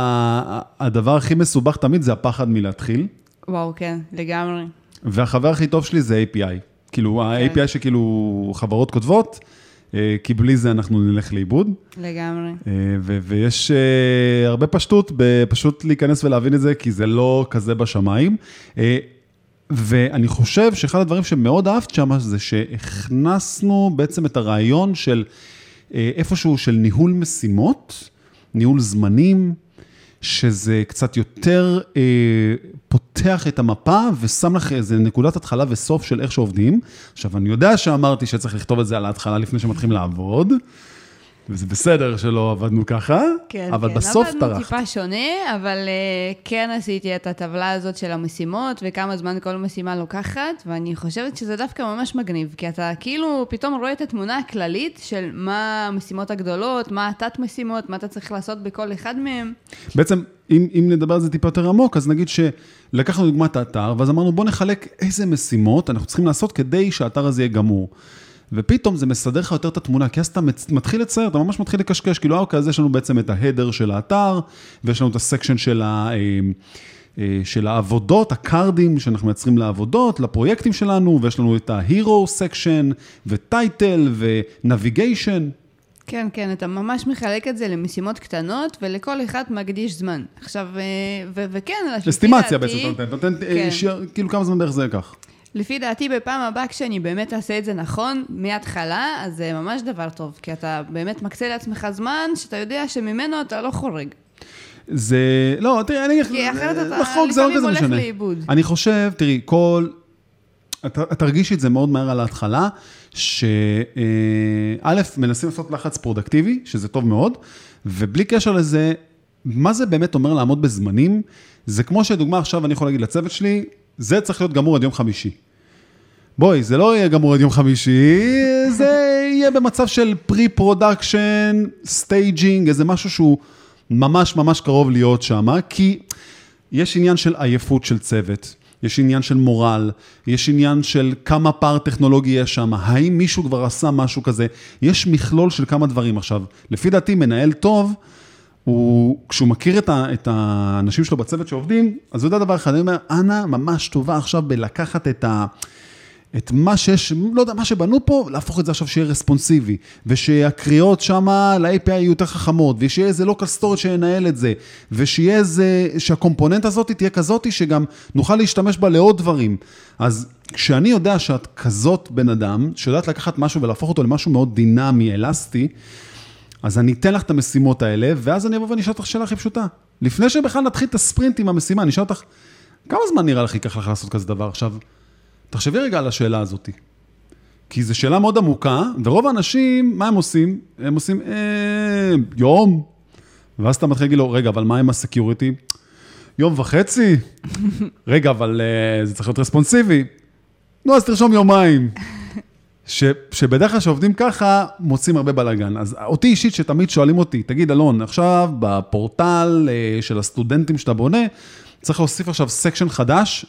שהדבר הכי מסובך תמיד זה הפחד מלהתחיל. וואו, כן, לגמרי. והחבר הכי טוב שלי זה API. כאילו, ה-API שכאילו חברות כותבות, כי בלי זה אנחנו נלך לאיבוד. לגמרי. ויש הרבה פשטות, פשוט להיכנס ולהבין את זה, כי זה לא כזה בשמיים. ואני חושב שאחד הדברים שמאוד אהבת שם, זה שהכנסנו בעצם את הרעיון של איפשהו של ניהול משימות, ניהול זמנים, שזה קצת יותר פותח את המפה ושם לך איזה נקודת התחלה וסוף של איך שעובדים. עכשיו, אני יודע שאמרתי שצריך לכתוב את זה על ההתחלה לפני שמתחילים לעבוד, וזה בסדר שלא עבדנו ככה, כן, אבל כן, בסוף עבדנו טרחת. טיפה שונה, אבל כן עשיתי את הטבלה הזאת של המשימות, וכמה זמן כל משימה לוקחת, ואני חושבת שזה דווקא ממש מגניב, כי אתה כאילו פתאום רואה את התמונה הכללית של מה המשימות הגדולות, מה התת משימות, מה אתה צריך לעשות בכל אחד מהם. בעצם, אם נדבר על זה טיפה יותר עמוק, אז נגיד שלקחנו דוגמת האתר, ואז אמרנו, בוא נחלק איזה משימות אנחנו צריכים לעשות כדי שהאתר הזה יהיה גמור. ופתאום זה מסדר לך יותר את התמונה, כי אז אתה מתחיל לצייר, אתה ממש מתחיל לקשקש, כאילו, אוקיי, אז יש לנו בעצם את ההדר של האתר, ויש לנו את הסקשן של העבודות, הקארדים שאנחנו מייצרים לעבודות, לפרויקטים שלנו, ויש לנו את ה-hero section, וטייטל, ונביגיישן. כן, כן, אתה ממש מחלק את זה למשימות קטנות, ולכל אחד מקדיש זמן. עכשיו, וכן, אסטימציה בעצם, אתה נותן כאילו כמה זמן דרך זה כך. לפי דעתי, בפעם הבאה, כשאני באמת אעשה את זה נכון, מההתחלה, אז זה ממש דבר טוב, כי אתה באמת מקצה לעצמך זמן, שאתה יודע שממנו אתה לא חורג. זה, לא, תראי, אני... כי אחרת אתה לפעמים הולך לאיבוד. אני חושב, תראי, אתה תרגישי את זה מאוד מהר על ההתחלה, שא', מנסים לעשות לחץ פרודקטיבי, שזה טוב מאוד, ובלי קשר לזה, מה זה באמת אומר לעמוד בזמנים? זה כמו שדוגמה עכשיו אני יכול להגיד לצוות שלי, זה צריך להיות גמור עד יום חמישי. בואי, זה לא יהיה גמור עד יום חמישי, זה יהיה במצב של פרי-פרודקשן, סטייג'ינג, איזה משהו שהוא ממש ממש קרוב להיות שם, כי יש עניין של עייפות של צוות, יש עניין של מורל, יש עניין של כמה פער טכנולוגי יש שם, האם מישהו כבר עשה משהו כזה, יש מכלול של כמה דברים עכשיו. לפי דעתי, מנהל טוב, כשהוא מכיר את האנשים שלו בצוות שעובדים, אז הוא יודע דבר אחד, אני אומר, אנה ממש טובה עכשיו בלקחת את מה שיש, לא יודע, מה שבנו פה, להפוך את זה עכשיו שיהיה רספונסיבי, ושהקריאות שם ל-API יהיו יותר חכמות, ושיהיה איזה local storage שינהל את זה, ושיהיה איזה, שהקומפוננט הזאת תהיה כזאת, שגם נוכל להשתמש בה לעוד דברים. אז כשאני יודע שאת כזאת בן אדם, שיודעת לקחת משהו ולהפוך אותו למשהו מאוד דינמי, אלסטי, אז אני אתן לך את המשימות האלה, ואז אני אבוא ונשאל אותך שאלה הכי פשוטה. לפני שבכלל נתחיל את הספרינט עם המשימה, אני אשאל אותך, כמה זמן נראה לך ייקח לך לעשות כזה דבר? עכשיו, תחשבי רגע על השאלה הזאת. כי זו שאלה מאוד עמוקה, ורוב האנשים, מה הם עושים? הם עושים, יום. ואז אתה מתחיל להגיד לו, רגע, אבל מה עם הסקיוריטי? יום וחצי? רגע, אבל זה צריך להיות רספונסיבי. נו, אז תרשום יומיים. שבדרך כלל שעובדים ככה, מוצאים הרבה בלגן. אז אותי אישית שתמיד שואלים אותי, תגיד אלון, עכשיו בפורטל של הסטודנטים שאתה בונה, צריך להוסיף עכשיו סקשן חדש,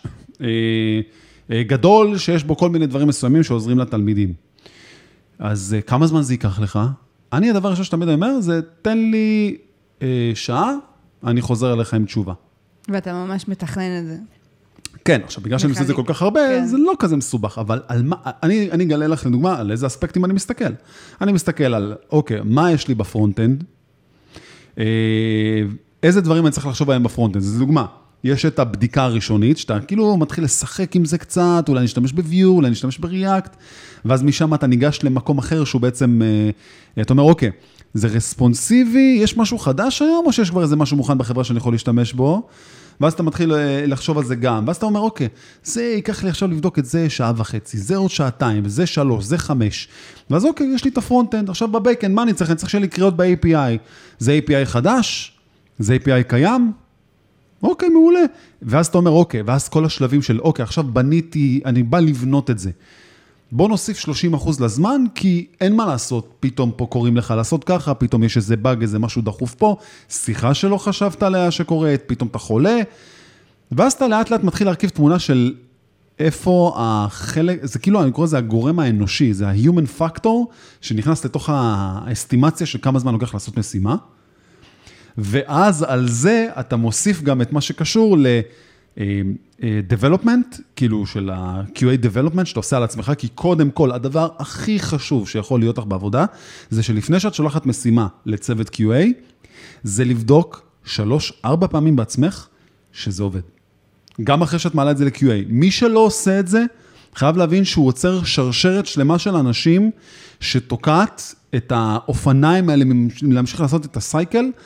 גדול, שיש בו כל מיני דברים מסוימים שעוזרים לתלמידים. אז כמה זמן זה ייקח לך? אני הדבר הראשון שתמיד אומר, זה תן לי שעה, אני חוזר אליך עם תשובה. ואתה ממש מתכנן את זה. כן, עכשיו, בגלל שאני עושה את זה כל כך הרבה, זה לא כזה מסובך, אבל על מה, אני אגלה לך לדוגמה, על איזה אספקטים אני מסתכל. אני מסתכל על, אוקיי, מה יש לי בפרונט-אנד? איזה דברים אני צריך לחשוב עליהם בפרונט-אנד? זו דוגמה. יש את הבדיקה הראשונית, שאתה כאילו מתחיל לשחק עם זה קצת, אולי נשתמש ב-Vue, אולי נשתמש ב-React, ואז משם אתה ניגש למקום אחר, שהוא בעצם, אתה אומר, אוקיי, זה רספונסיבי, יש משהו חדש היום, או שיש כבר איזה משהו מוכן בחברה שאני יכול להשתמש בו? ואז אתה מתחיל לחשוב על זה גם, ואז אתה אומר, אוקיי, זה ייקח לי עכשיו לבדוק את זה שעה וחצי, זה עוד שעתיים, זה 3, זה 5, ואז אוקיי, יש לי את הפרונט-אנד, עכשיו בבקאנד, מה אני צריך? אני צריך שיהיה לי קריאות ב-API, זה API חדש? זה API קיים? אוקיי, מעולה. ואז אתה אומר, אוקיי, ואז כל השלבים של, אוקיי, עכשיו בניתי, אני בא לבנות את זה. בוא נוסיף 30% לזמן, כי אין מה לעשות, פתאום פה קוראים לך לעשות ככה, פתאום יש איזה באג, איזה משהו דחוף פה, שיחה שלא חשבת עליה שקורית, פתאום אתה חולה, ואז אתה לאט לאט מתחיל להרכיב תמונה של איפה החלק, זה כאילו, אני קורא לזה הגורם האנושי, זה ה-human factor, שנכנס לתוך האסטימציה של כמה זמן לוקח לעשות משימה, ואז על זה אתה מוסיף גם את מה שקשור ל-development, כאילו של ה-QA development, שאתה עושה על עצמך, כי קודם כל, הדבר הכי חשוב שיכול להיות לך בעבודה, זה שלפני שאת שולחת משימה לצוות QA, זה לבדוק 3-4 פעמים בעצמך, שזה עובד. גם אחרי שאת מעלה את זה ל-QA. מי שלא עושה את זה, חייב להבין שהוא עוצר שרשרת שלמה של אנשים, שתוקעת את האופניים האלה, להמשיך לעשות את הסייקל,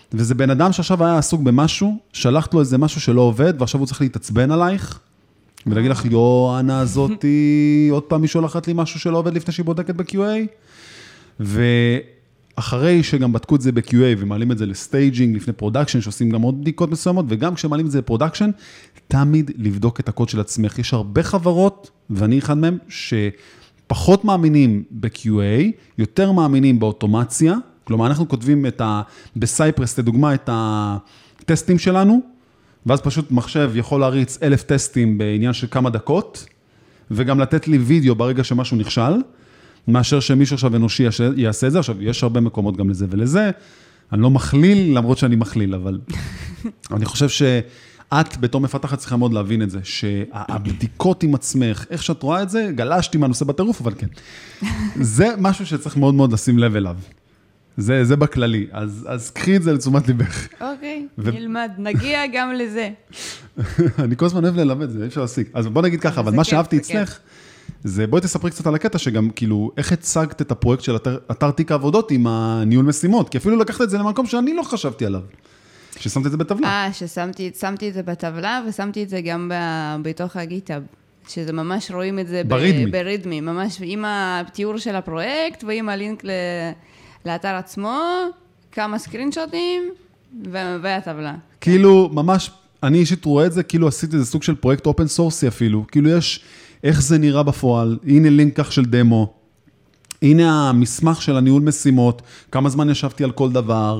וזה בן אדם שעכשיו היה עסוק במשהו, שלחת לו איזה משהו שלא עובד, ועכשיו הוא צריך להתעצבן עלייך, ולהגיד לך, אנה הזאתי, עוד פעם מישהו הולכת לי משהו שלא עובד לפני שהיא בודקת ב-QA, ואחרי שגם בדקו את זה ב-QA, ומעלים את זה לסטייג'ינג, לפני פרודקשן, שעושים גם עוד בדיקות מסוימות, וגם כשמעלים את זה לפרודקשן, תמיד לבדוק את הקוד של עצמך. יש הרבה חברות, ואני אחד מהם, שפחות מאמינים ב-QA, יותר מאמינים באוטומציה, כלומר, אנחנו כותבים בסייפרס, לדוגמה, את הטסטים שלנו, ואז פשוט מחשב יכול להריץ 1,000 טסטים בעניין של כמה דקות, וגם לתת לי וידאו ברגע שמשהו נכשל, מאשר שמישהו עכשיו אנושי יעשה את זה. עכשיו, יש הרבה מקומות גם לזה ולזה, אני לא מכליל, למרות שאני מכליל, אבל אני חושב שאת בתור מפתחת צריכה מאוד להבין את זה, שהבדיקות עם עצמך, איך שאת רואה את זה, גלשתי מהנושא בטירוף, אבל כן. זה משהו שצריך מאוד מאוד לשים לב אליו. זה בכללי, אז קחי את זה לתשומת ליבך. אוקיי, נלמד, נגיע גם לזה. אני כל הזמן אוהב ללמד, זה אי אפשר להסיק. אז בוא נגיד ככה, אבל מה שאהבתי אצלך, זה בואי תספרי קצת על הקטע, שגם כאילו, איך הצגת את הפרויקט של אתר תיק העבודות עם הניהול משימות, כי אפילו לקחת את זה למקום שאני לא חשבתי עליו, ששמת את זה בטבלה. ששמתי את זה בטבלה, ושמתי את זה גם בתוך הגיטאב. שזה ממש רואים את זה ברידמי, ממש עם התיאור של הפרויקט, ועם הלינק לאתר עצמו, כמה סקרינשוטים, והטבלה. כאילו, ממש, אני אישית רואה את זה, כאילו עשיתי איזה סוג של פרויקט אופן סורסי אפילו, כאילו יש איך זה נראה בפועל, הנה לינק כך של דמו, הנה המסמך של הניהול משימות, כמה זמן ישבתי על כל דבר,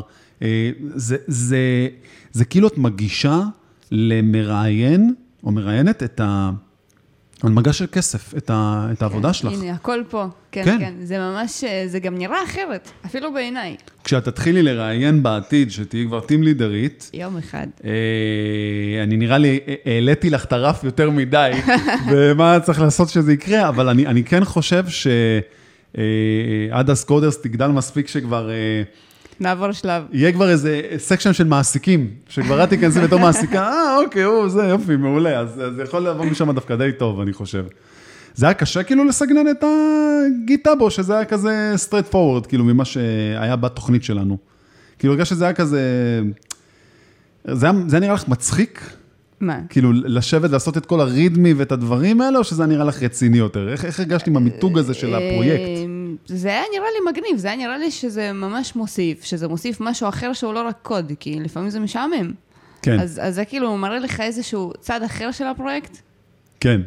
זה כאילו את מגישה למראיין, או מראיינת את הנמגה של כסף, את העבודה שלך. הנה, הכל פה. כן. זה ממש, זה גם נראה אחרת, אפילו בעיניי. כשאת תתחילי לראיין בעתיד, שתהיי כבר טים לידרית, יום אחד. אני נראה לי, העליתי לך את הרף יותר מדי, ומה צריך לעשות שזה יקרה, אבל אני כן חושב שעד הסקודרס תגדל מספיק שכבר נעבור שלב. יהיה כבר איזה סקשן של מעסיקים, שכבר את תיכנסי בתור מעסיקה, אוקיי, זה יופי, מעולה, אז זה יכול לעבור משם דווקא די טוב, אני חושב. זה היה קשה כאילו לסגנן את הגיטאב, או שזה היה כזה straight forward, כאילו ממה שהיה בתוכנית שלנו. כאילו הרגע שזה היה כזה, זה נראה לך מצחיק? מה? כאילו לשבת ולעשות את כל הרידמי ואת הדברים האלה, או שזה נראה לך רציני יותר? איך הרגשת עם המיתוג הזה של הפרויקט? זה היה נראה לי מגניב, זה היה נראה לי שזה ממש מוסיף, שזה מוסיף משהו אחר שהוא לא רק קוד, כי לפעמים זה משעמם. כן. אז זה כאילו מראה לך איזשהו צד אחר של הפרויקט? כן.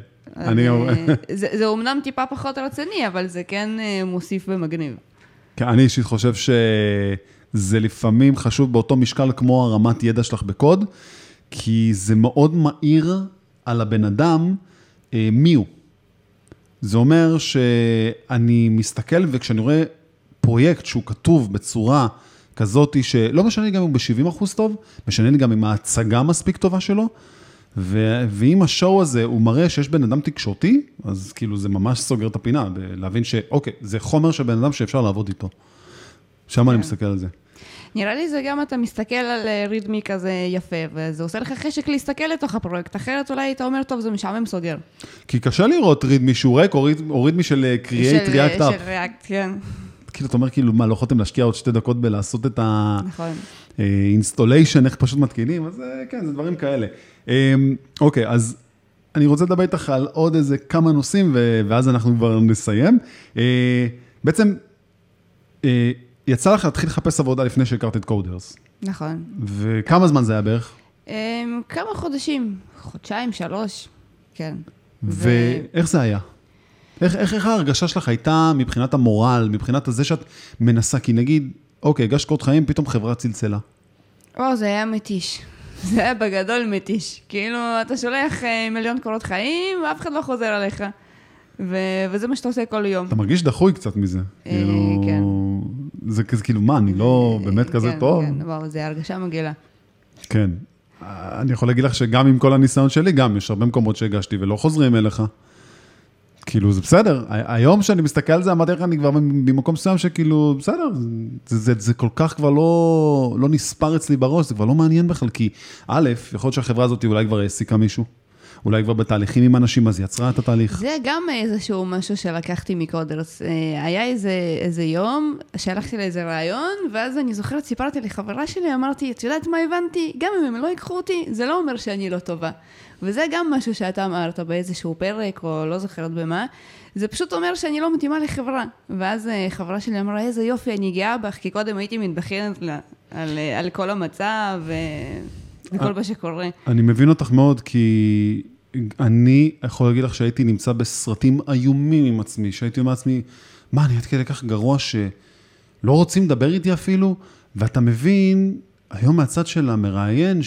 זה אומנם טיפה פחות רציני, אבל זה כן מוסיף ומגניב. כן, אני אישית חושב שזה לפעמים חשוב באותו משקל כמו הרמת ידע שלך בקוד, כי זה מאוד מהיר על הבן אדם מי הוא. זה אומר שאני מסתכל, וכשאני רואה פרויקט שהוא כתוב בצורה כזאת, שלא משנה לי גם אם הוא ב-70% טוב, משנה לי גם אם ההצגה מספיק טובה שלו, ואם השואו הזה הוא מראה שיש בן אדם תקשורתי, אז כאילו זה ממש סוגר את הפינה, להבין שאוקיי, זה חומר של בן אדם שאפשר לעבוד איתו. שם אני מסתכל על זה. נראה לי זה גם אתה מסתכל על רידמי כזה יפה, וזה עושה לך חשק להסתכל לתוך הפרויקט, אחרת אולי אתה אומר, טוב, זה משעמם סוגר. כי קשה לראות רידמי שהוא ריק, או רידמי של Create React App. של React, כן. כאילו, אתה אומר, כאילו, מה, לא יכולתם להשקיע עוד 2 דקות בלעשות את ה-installation, איך פשוט מתקינים, אז כן, זה דברים כאלה. אוקיי, אז אני רוצה לדבר איתך על עוד איזה כמה נושאים, ואז אנחנו כבר נסיים. בעצם, יצא לך להתחיל לחפש עבודה לפני שהכרת את קודרס. נכון. וכמה זמן זה היה בערך? כמה חודשים, 2, 3, כן. ואיך זה היה? איך ההרגשה שלך הייתה מבחינת המורל, מבחינת הזה שאת מנסה, כי נגיד, אוקיי, הגשת קורות חיים, פתאום חברה צלצלה. זה היה מתיש. זה היה בגדול מתיש. כאילו, אתה שולח 1,000,000 קורות חיים, ואף אחד לא חוזר עליך. וזה מה שאתה עושה כל יום. אתה מרגיש דחוי קצת מזה. כן. זה כאילו, מה, אני לא באמת כזה טוב? כן, וואו, זה הרגשה מגעילה. כן. אני יכול להגיד לך שגם עם כל הניסיון שלי, גם יש הרבה מקומות שהגשתי ולא חוזרים אליך. כאילו, זה בסדר. היום שאני מסתכל על זה, אמרתי לך, אני כבר במקום מסוים שכאילו, בסדר, זה כל כך כבר לא נספר אצלי בראש, זה כבר לא מעניין בכלל, כי א', יכול להיות שהחברה הזאת אולי כבר העסיקה מישהו, אולי כבר בתהליכים עם אנשים, אז יצרה את התהליך. זה גם איזשהו משהו שלקחתי מקודרס. היה איזה יום שהלכתי לאיזה רעיון, ואז אני זוכרת, סיפרתי לחברה שלי, אמרתי, את יודעת מה הבנתי? גם אם הם לא ייקחו אותי, זה לא אומר שאני לא טובה. וזה גם משהו שאתה אמרת באיזשהו פרק, או לא זוכרת במה, זה פשוט אומר שאני לא מתאימה לחברה. ואז חברה שלי אמרה, איזה יופי, אני גאה בך, כי קודם הייתי מתבחנת על כל המצב וכל מה שקורה. אני מבין אותך מאוד, כי אני יכול להגיד לך שהייתי נמצא בסרטים איומים עם עצמי, שהייתי אומר לעצמי, מה, אני עד כדי כך גרוע שלא רוצים לדבר איתי אפילו, ואתה מבין, היום מהצד של המראיין,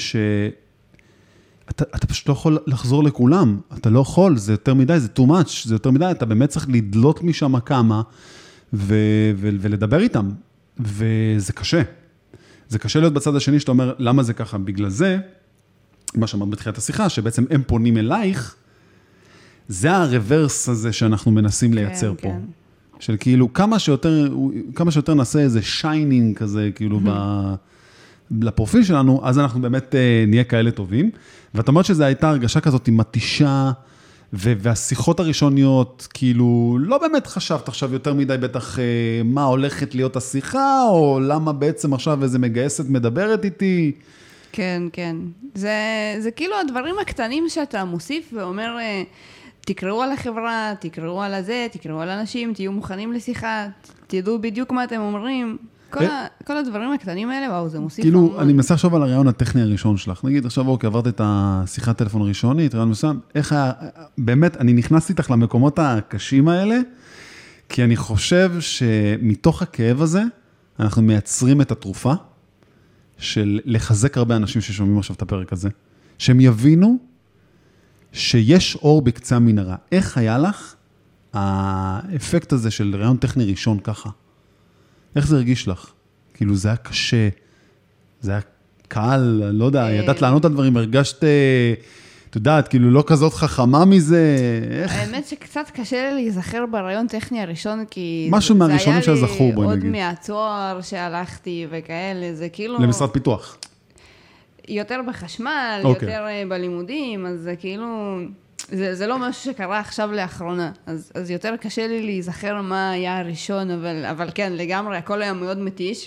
אתה פשוט לא יכול לחזור לכולם, אתה לא יכול, זה יותר מדי, זה too much, זה יותר מדי, אתה באמת צריך לדלות משם כמה, ולדבר איתם, וזה קשה. זה קשה להיות בצד השני, שאתה אומר, למה זה ככה? בגלל זה, מה שאמרת בתחילת השיחה, שבעצם הם פונים אלייך, זה הרוורס הזה שאנחנו מנסים לייצר פה. של כאילו, כמה שיותר נעשה איזה שיינינג כזה, כאילו לפרופיל שלנו, אז אנחנו באמת נהיה כאלה טובים. ואת אומרת שזו הייתה הרגשה כזאת עם מתישה, והשיחות הראשוניות, כאילו, לא באמת חשבת עכשיו יותר מדי בטח מה הולכת להיות השיחה, או למה בעצם עכשיו איזה מגייסת מדברת איתי. כן, כן. זה כאילו הדברים הקטנים שאתה מוסיף ואומר, תקראו על החברה, תקראו על הזה, תקראו על אנשים, תהיו מוכנים לשיחה, תדעו בדיוק מה אתם אומרים. כל הדברים הקטנים האלה, וואו, זה מוסיף. כאילו, אני מנסה עכשיו על הרעיון הטכני הראשון שלך. נגיד, עכשיו, אוקיי, עברת את השיחת טלפון הראשונית, רעיון מסוים, איך היה, באמת, אני נכנסתי איתך למקומות הקשים האלה, כי אני חושב שמתוך הכאב הזה, אנחנו מייצרים את התרופה, של לחזק הרבה אנשים ששומעים עכשיו את הפרק הזה, שהם יבינו שיש אור בקצה המנהרה. איך היה לך האפקט הזה של רעיון טכני ראשון ככה? איך זה הרגיש לך? כאילו זה היה קשה, זה היה קל, לא יודע, ידעת לענות על דברים, הרגשת, את יודעת, כאילו לא כזאת חכמה מזה, איך? האמת שקצת קשה לי להיזכר ברעיון טכני הראשון, כי משהו מהראשונים שזכור, בואי נגיד. עוד מהתואר שהלכתי וכאלה, זה כאילו... למשרד פיתוח. יותר בחשמל, יותר בלימודים, אז זה כאילו... זה לא משהו שקרה עכשיו לאחרונה, אז יותר קשה לי להיזכר מה היה הראשון, אבל כן, לגמרי, הכל היה מאוד מתיש,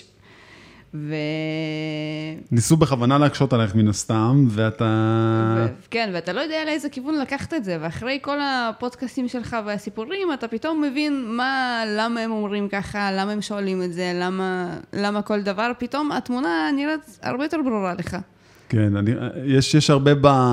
ניסו בכוונה להקשות עליך מן הסתם, ואתה... כן, ואתה לא יודע לאיזה כיוון לקחת את זה, ואחרי כל הפודקאסטים שלך והסיפורים, אתה פתאום מבין למה הם אומרים ככה, למה הם שואלים את זה, למה כל דבר, פתאום התמונה נראית הרבה יותר ברורה לך. כן, יש הרבה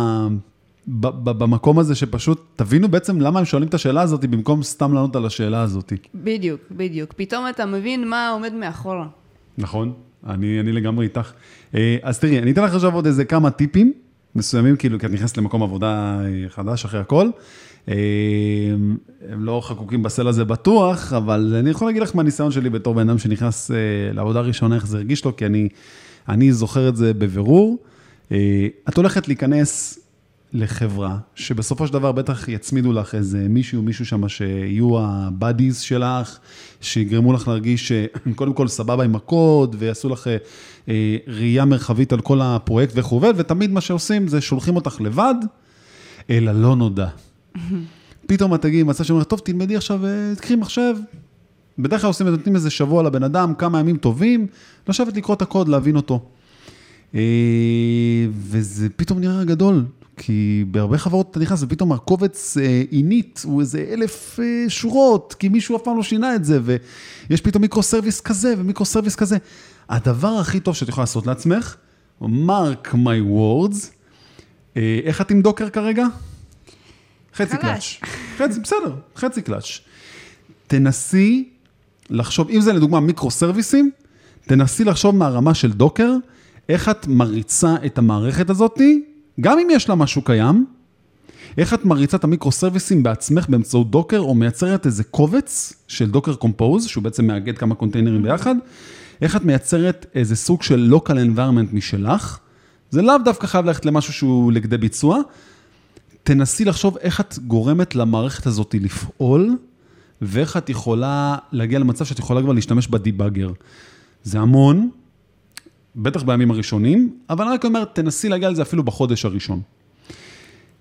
במקום הזה שפשוט תבינו בעצם למה הם שואלים את השאלה הזאת, במקום סתם לענות על השאלה הזאת. בדיוק, בדיוק. פתאום אתה מבין מה עומד מאחורה. נכון, אני לגמרי איתך. אז תראי, אני אתן לך עכשיו עוד איזה כמה טיפים מסוימים, כאילו, כי את נכנסת למקום עבודה חדש אחרי הכל. הם לא חקוקים בסל הזה בטוח, אבל אני יכול להגיד לך מהניסיון שלי בתור בן אדם שנכנס לעבודה ראשונה, איך זה הרגיש לו, כי אני זוכר את זה בבירור. את הולכת להיכנס לחברה, שבסופו של דבר בטח יצמידו לך איזה מישהו שם, שיהיו הבאדיז שלך, שיגרמו לך להרגיש שקודם כל סבבה עם הקוד, ויעשו לך ראייה מרחבית על כל הפרויקט וכו', ותמיד מה שעושים זה שולחים אותך לבד, אלא לא נודע. פתאום את תגיעי מצב שאומר, טוב, תלמדי עכשיו, תקחי מחשב. בדרך כלל עושים, נותנים איזה שבוע לבן אדם, כמה ימים טובים, לשבת לקרוא את הקוד, להבין אותו. וזה פתאום נראה גדול, כי בהרבה חברות אתה נכנס, ופתאום הקובץ אינית, הוא איזה 1,000 שורות, כי מישהו אף פעם לא שינה את זה, ויש פתאום מיקרו-סרוויס כזה, ומיקרו-סרוויס כזה. הדבר הכי טוב שאת יכולה לעשות לעצמך, mark my words, איך את עם דוקר כרגע? חצי קלאץ'. בסדר, חצי קלאץ'. תנסי לחשוב, אם זה לדוגמה מיקרו-סרוויסים, תנסי לחשוב מהרמה של דוקר, איך את מריצה את המערכת הזאת, גם אם יש לה משהו קיים, איך את מריצה את המיקרו-סרוויסים בעצמך באמצעות דוקר, או מייצרת איזה קובץ של דוקר קומפוז, שהוא בעצם מאגד כמה קונטיינרים ביחד, איך את מייצרת איזה סוג של local environment משלך, זה לאו דווקא חייב ללכת למשהו שהוא לכדי ביצוע, תנסי לחשוב איך את גורמת למערכת הזאת לפעול, ואיך את יכולה להגיע למצב שאת יכולה כבר להשתמש בדיבאגר. זה המון, בטח בימים הראשונים, אבל אני רק אומר, תנסי להגיע לזה אפילו בחודש הראשון.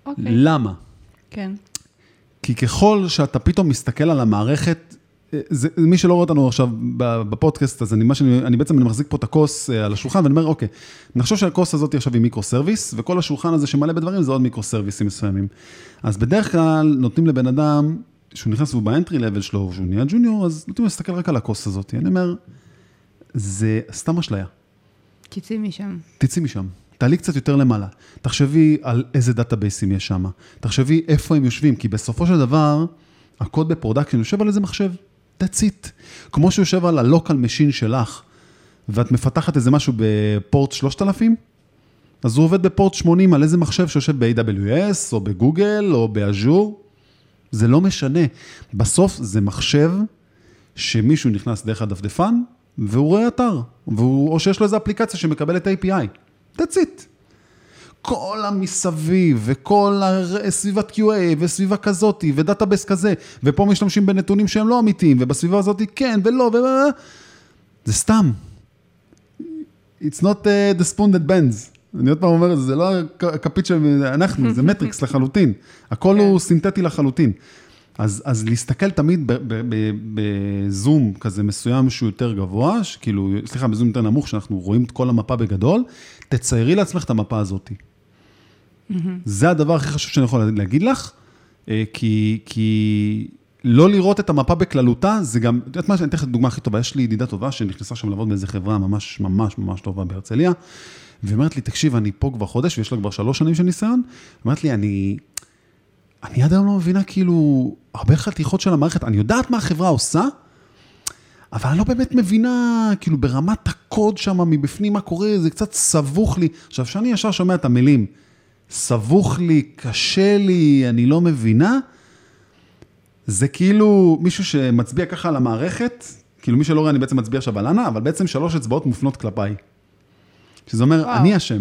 אוקיי. למה? כן. כי ככל שאתה פתאום מסתכל על המערכת, מי שלא רואה אותנו עכשיו בפודקאסט, אז אני בעצם מחזיק פה את הכוס על השולחן, ואני אומר, אוקיי, נחשוב שהכוס הזאת עכשיו היא מיקרו-סרוויס, וכל השולחן הזה שמלא בדברים זה עוד מיקרו-סרוויסים מסוימים. אז בדרך כלל נותנים לבן אדם, שהוא נכנס והוא באנטרי לבל שלו, שהוא נהיה ג'וניור, אז נותנים להסתכל רק על הכוס הזאת. אני אומר, זה סתם אשליה. תצאי משם. תעלי קצת יותר למעלה. תחשבי על איזה דאטאבייסים יש שם. תחשבי איפה הם יושבים, כי בסופו של דבר, הקוד בפרודקשן יושב על איזה מחשב. That's it. כמו שיושב על הלוקל משין שלך, ואת מפתחת איזה משהו בפורט 3000, אז הוא עובד בפורט 80 על איזה מחשב שיושב ב-AWS, או בגוגל, או באז'ור. זה לא משנה. בסוף זה מחשב שמישהו נכנס דרך הדפדפן, והוא רואה אתר, או שיש לו איזו אפליקציה שמקבלת API. That's it. כל המסביב, וכל סביבת QA, וסביבה כזאת, ודאטאבייס כזה, ופה משתמשים בנתונים שהם לא אמיתיים, ובסביבה הזאת כן, ולא, זה סתם. It's not the spoon that bends. אני עוד פעם אומר, זה לא כפית שאנחנו, זה מטריקס לחלוטין. הכל הוא סינתטי לחלוטין. אז להסתכל תמיד בזום כזה מסוים שהוא יותר גבוה, סליחה, בזום יותר נמוך, שאנחנו רואים את כל המפה בגדול, תציירי לעצמך את המפה הזאת. זה הדבר הכי חשוב שאני יכול להגיד לך, כי לא לראות את המפה בכללותה, זה גם, את יודעת מה, אני אתן לך דוגמה הכי טובה, יש לי ידידה טובה שנכנסה שם לעבוד באיזה חברה ממש ממש ממש טובה בהרצליה, ואומרת לי, תקשיב, אני פה כבר חודש, ויש לה כבר 3 שנים של ניסיון, אומרת לי, אני עד היום לא מבינה כאילו, הרבה חתיכות של המערכת, אני יודעת מה החברה עושה, אבל אני לא באמת מבינה, כאילו ברמת הקוד שם, מבפנים מה קורה, זה קצת סבוך לי. עכשיו, שאני ישר שומע את המילים, סבוך לי, קשה לי, אני לא מבינה, זה כאילו מישהו שמצביע ככה על המערכת, כאילו מי שלא רואה, אני בעצם מצביע עכשיו על אנה, אבל בעצם 3 אצבעות מופנות כלפיי. שזה אומר, אני אשם.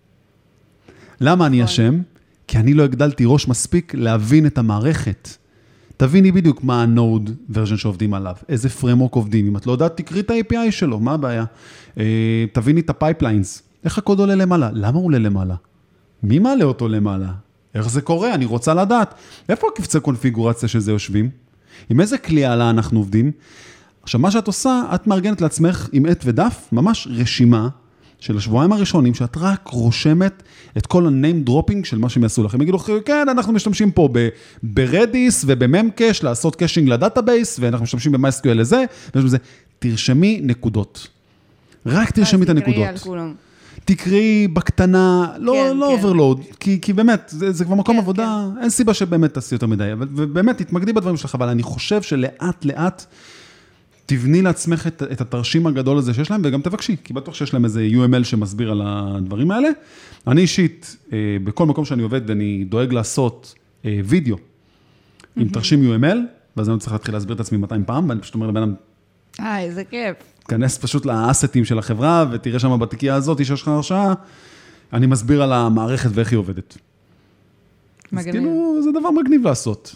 למה אני אשם? כי אני לא הגדלתי ראש מספיק להבין את המערכת. תביני בדיוק מה הנוד ורז'ן שעובדים עליו, איזה פרמורק עובדים. אם את לא יודעת, תקריא את ה-API שלו, מה הבעיה? תביני את הפייפליינס. איך הקוד עולה למעלה? למה הוא עולה למעלה? מי מעלה אותו למעלה? איך זה קורה? אני רוצה לדעת. איפה הקבצי קונפיגורציה של זה יושבים? עם איזה כלי עלה אנחנו עובדים? עכשיו, מה שאת עושה, את מארגנת לעצמך עם עט ודף, ממש רשימה, של השבועיים הראשונים, שאת רק רושמת את כל ה-name dropping של מה שהם יעשו לכם. יגידו, כן, אנחנו משתמשים פה ב-Redis וב-Memcache לעשות קאשינג לדאטאבייס, ואנחנו משתמשים ב-MySQL לזה, תרשמי נקודות. רק תרשמי את הנקודות. תקראי בקטנה, לא אוברלוד, כי באמת, זה כבר מקום עבודה, אין סיבה שבאמת תעשי יותר מדי, ובאמת, תתמקדי בדברים שלך, אבל אני חושב שלאט לאט, תבני לעצמך את התרשים הגדול הזה שיש להם, וגם תבקשי, כי בטוח שיש להם איזה UML שמסביר על הדברים האלה. אני אישית, בכל מקום שאני עובד, אני דואג לעשות וידאו עם תרשים UML, ואז אני צריך להתחיל להסביר את עצמי 200 פעם, ואני פשוט אומר לבן אדם, איזה כיף. כנס פשוט לאסטים של החברה, ותראה שם בתיקייה הזאת, שיש לך הרשאה, אני מסביר על המערכת ואיך היא עובדת. מגניב. אז כאילו, זה דבר מגניב לעשות.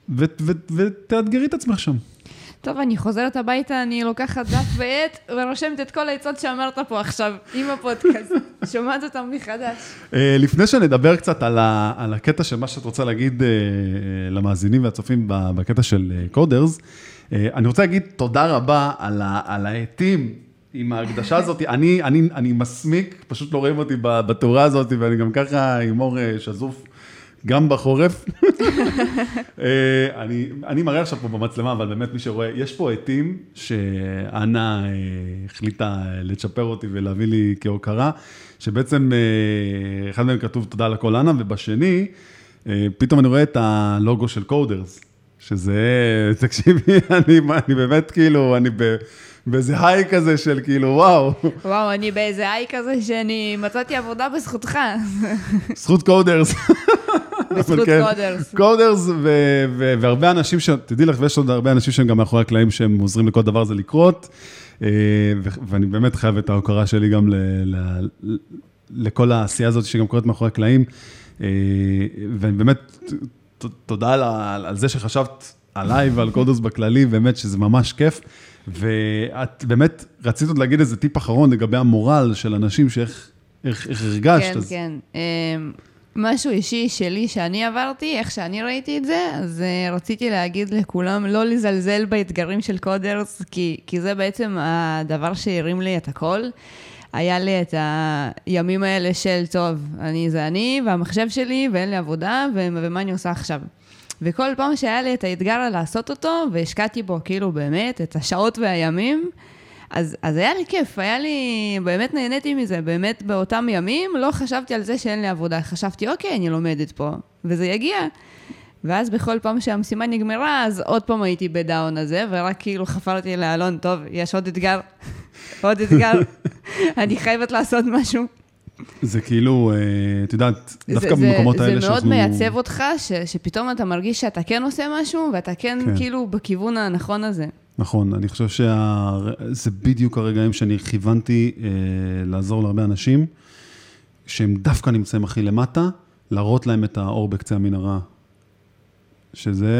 ותאתגרי את עצמך שם. טוב, אני חוזרת הביתה, אני לוקחת דף ועט, ורושמת את כל העצות שאמרת פה עכשיו, עם הפודקאסט. שומעת אותם מחדש. לפני שנדבר קצת על הקטע של מה שאת רוצה להגיד למאזינים והצופים בקטע של קודרס, אני רוצה להגיד תודה רבה על העטים עם ההקדשה הזאת. אני מסמיק, פשוט לא רואים אותי בתאורה הזאת, ואני גם ככה עם אור שזוף. גם בחורף. אני מראה עכשיו פה במצלמה, אבל באמת מי שרואה, יש פה עטים שאנה החליטה לצ'פר אותי ולהביא לי כהוקרה, שבעצם אחד מהם כתוב תודה לכל אנה, ובשני, פתאום אני רואה את הלוגו של קודרס, שזה, תקשיבי, אני באמת כאילו, אני באיזה היי כזה של כאילו, וואו. וואו, אני באיזה היי כזה שאני מצאתי עבודה בזכותך. זכות קודרס. בזכות קודרס. קודרס והרבה אנשים, תדעי לך, ויש עוד הרבה אנשים שהם גם מאחורי הקלעים שהם עוזרים לכל דבר זה לקרות, ואני באמת חייב את ההוקרה שלי גם לכל העשייה הזאת שגם קורית מאחורי הקלעים, ובאמת תודה על זה שחשבת עליי ועל קודרס בכללי, באמת שזה ממש כיף, ואת באמת רצית עוד להגיד איזה טיפ אחרון לגבי המורל של אנשים שאיך הרגשת. כן, כן. משהו אישי שלי שאני עברתי, איך שאני ראיתי את זה, אז רציתי להגיד לכולם לא לזלזל באתגרים של קודרס, כי זה בעצם הדבר שהרים לי את הכל. היה לי את הימים האלה של טוב, זה אני והמחשב שלי ואין לי עבודה ומה אני עושה עכשיו. וכל פעם שהיה לי את האתגר לעשות אותו, והשקעתי בו כאילו באמת את השעות והימים, אז היה לי כיף, באמת נהניתי מזה, באמת באותם ימים לא חשבתי על זה שאין לי עבודה, חשבתי אוקיי, אני לומדת פה, וזה יגיע. ואז בכל פעם שהמשימה נגמרה, אז עוד פעם הייתי בדאון הזה, ורק כאילו חפרתי לאלון, טוב, יש עוד אתגר, עוד אתגר, אני חייבת לעשות משהו. זה כאילו, את יודעת, דווקא במקומות האלה זה מאוד מייצב אותך, שפתאום אתה מרגיש שאתה כן עושה משהו, ואתה כן כאילו בכיוון הנכון הזה. נכון, אני חושב שזה בדיוק הרגעים שאני כיוונתי לעזור להרבה אנשים, שהם דווקא נמצאים הכי למטה, להראות להם את האור בקצה המנהרה. שזה,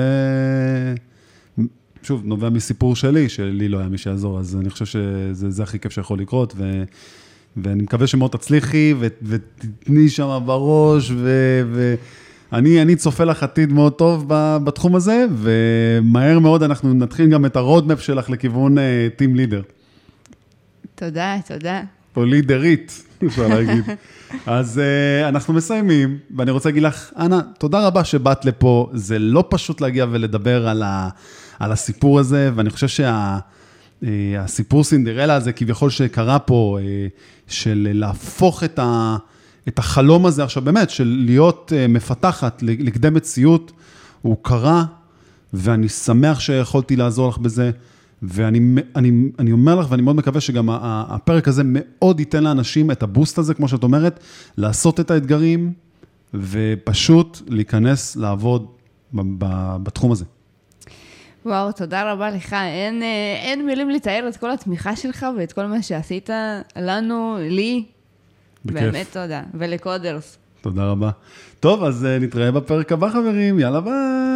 שוב, נובע מסיפור שלי לא היה מי שיעזור, אז אני חושב שזה הכי כיף שיכול לקרות, ואני מקווה שמאוד תצליחי, ותתני שם בראש, אני צופה לך עתיד מאוד טוב בתחום הזה, ומהר מאוד אנחנו נתחיל גם את הרודמפ שלך לכיוון טים לידר. תודה, תודה. או לידרית, אפשר להגיד. אז אנחנו מסיימים, ואני רוצה להגיד לך, אנה, תודה רבה שבאת לפה, זה לא פשוט להגיע ולדבר על הסיפור הזה, ואני חושב שהסיפור סינדרלה הזה, כביכול שקרה פה, של להפוך את החלום הזה עכשיו באמת, של להיות מפתחת לקדם מציאות, הוא קרה, ואני שמח שיכולתי לעזור לך בזה, ואני אומר לך, ואני מאוד מקווה שגם הפרק הזה מאוד ייתן לאנשים את הבוסט הזה, כמו שאת אומרת, לעשות את האתגרים, ופשוט להיכנס לעבוד בתחום הזה. וואו, תודה רבה לך. אין מילים לתאר את כל התמיכה שלך, ואת כל מה שעשית לנו, לי. בכיף. באמת תודה. ולקודרס. תודה רבה. טוב, אז נתראה בפרק הבא, חברים. יאללה ביי.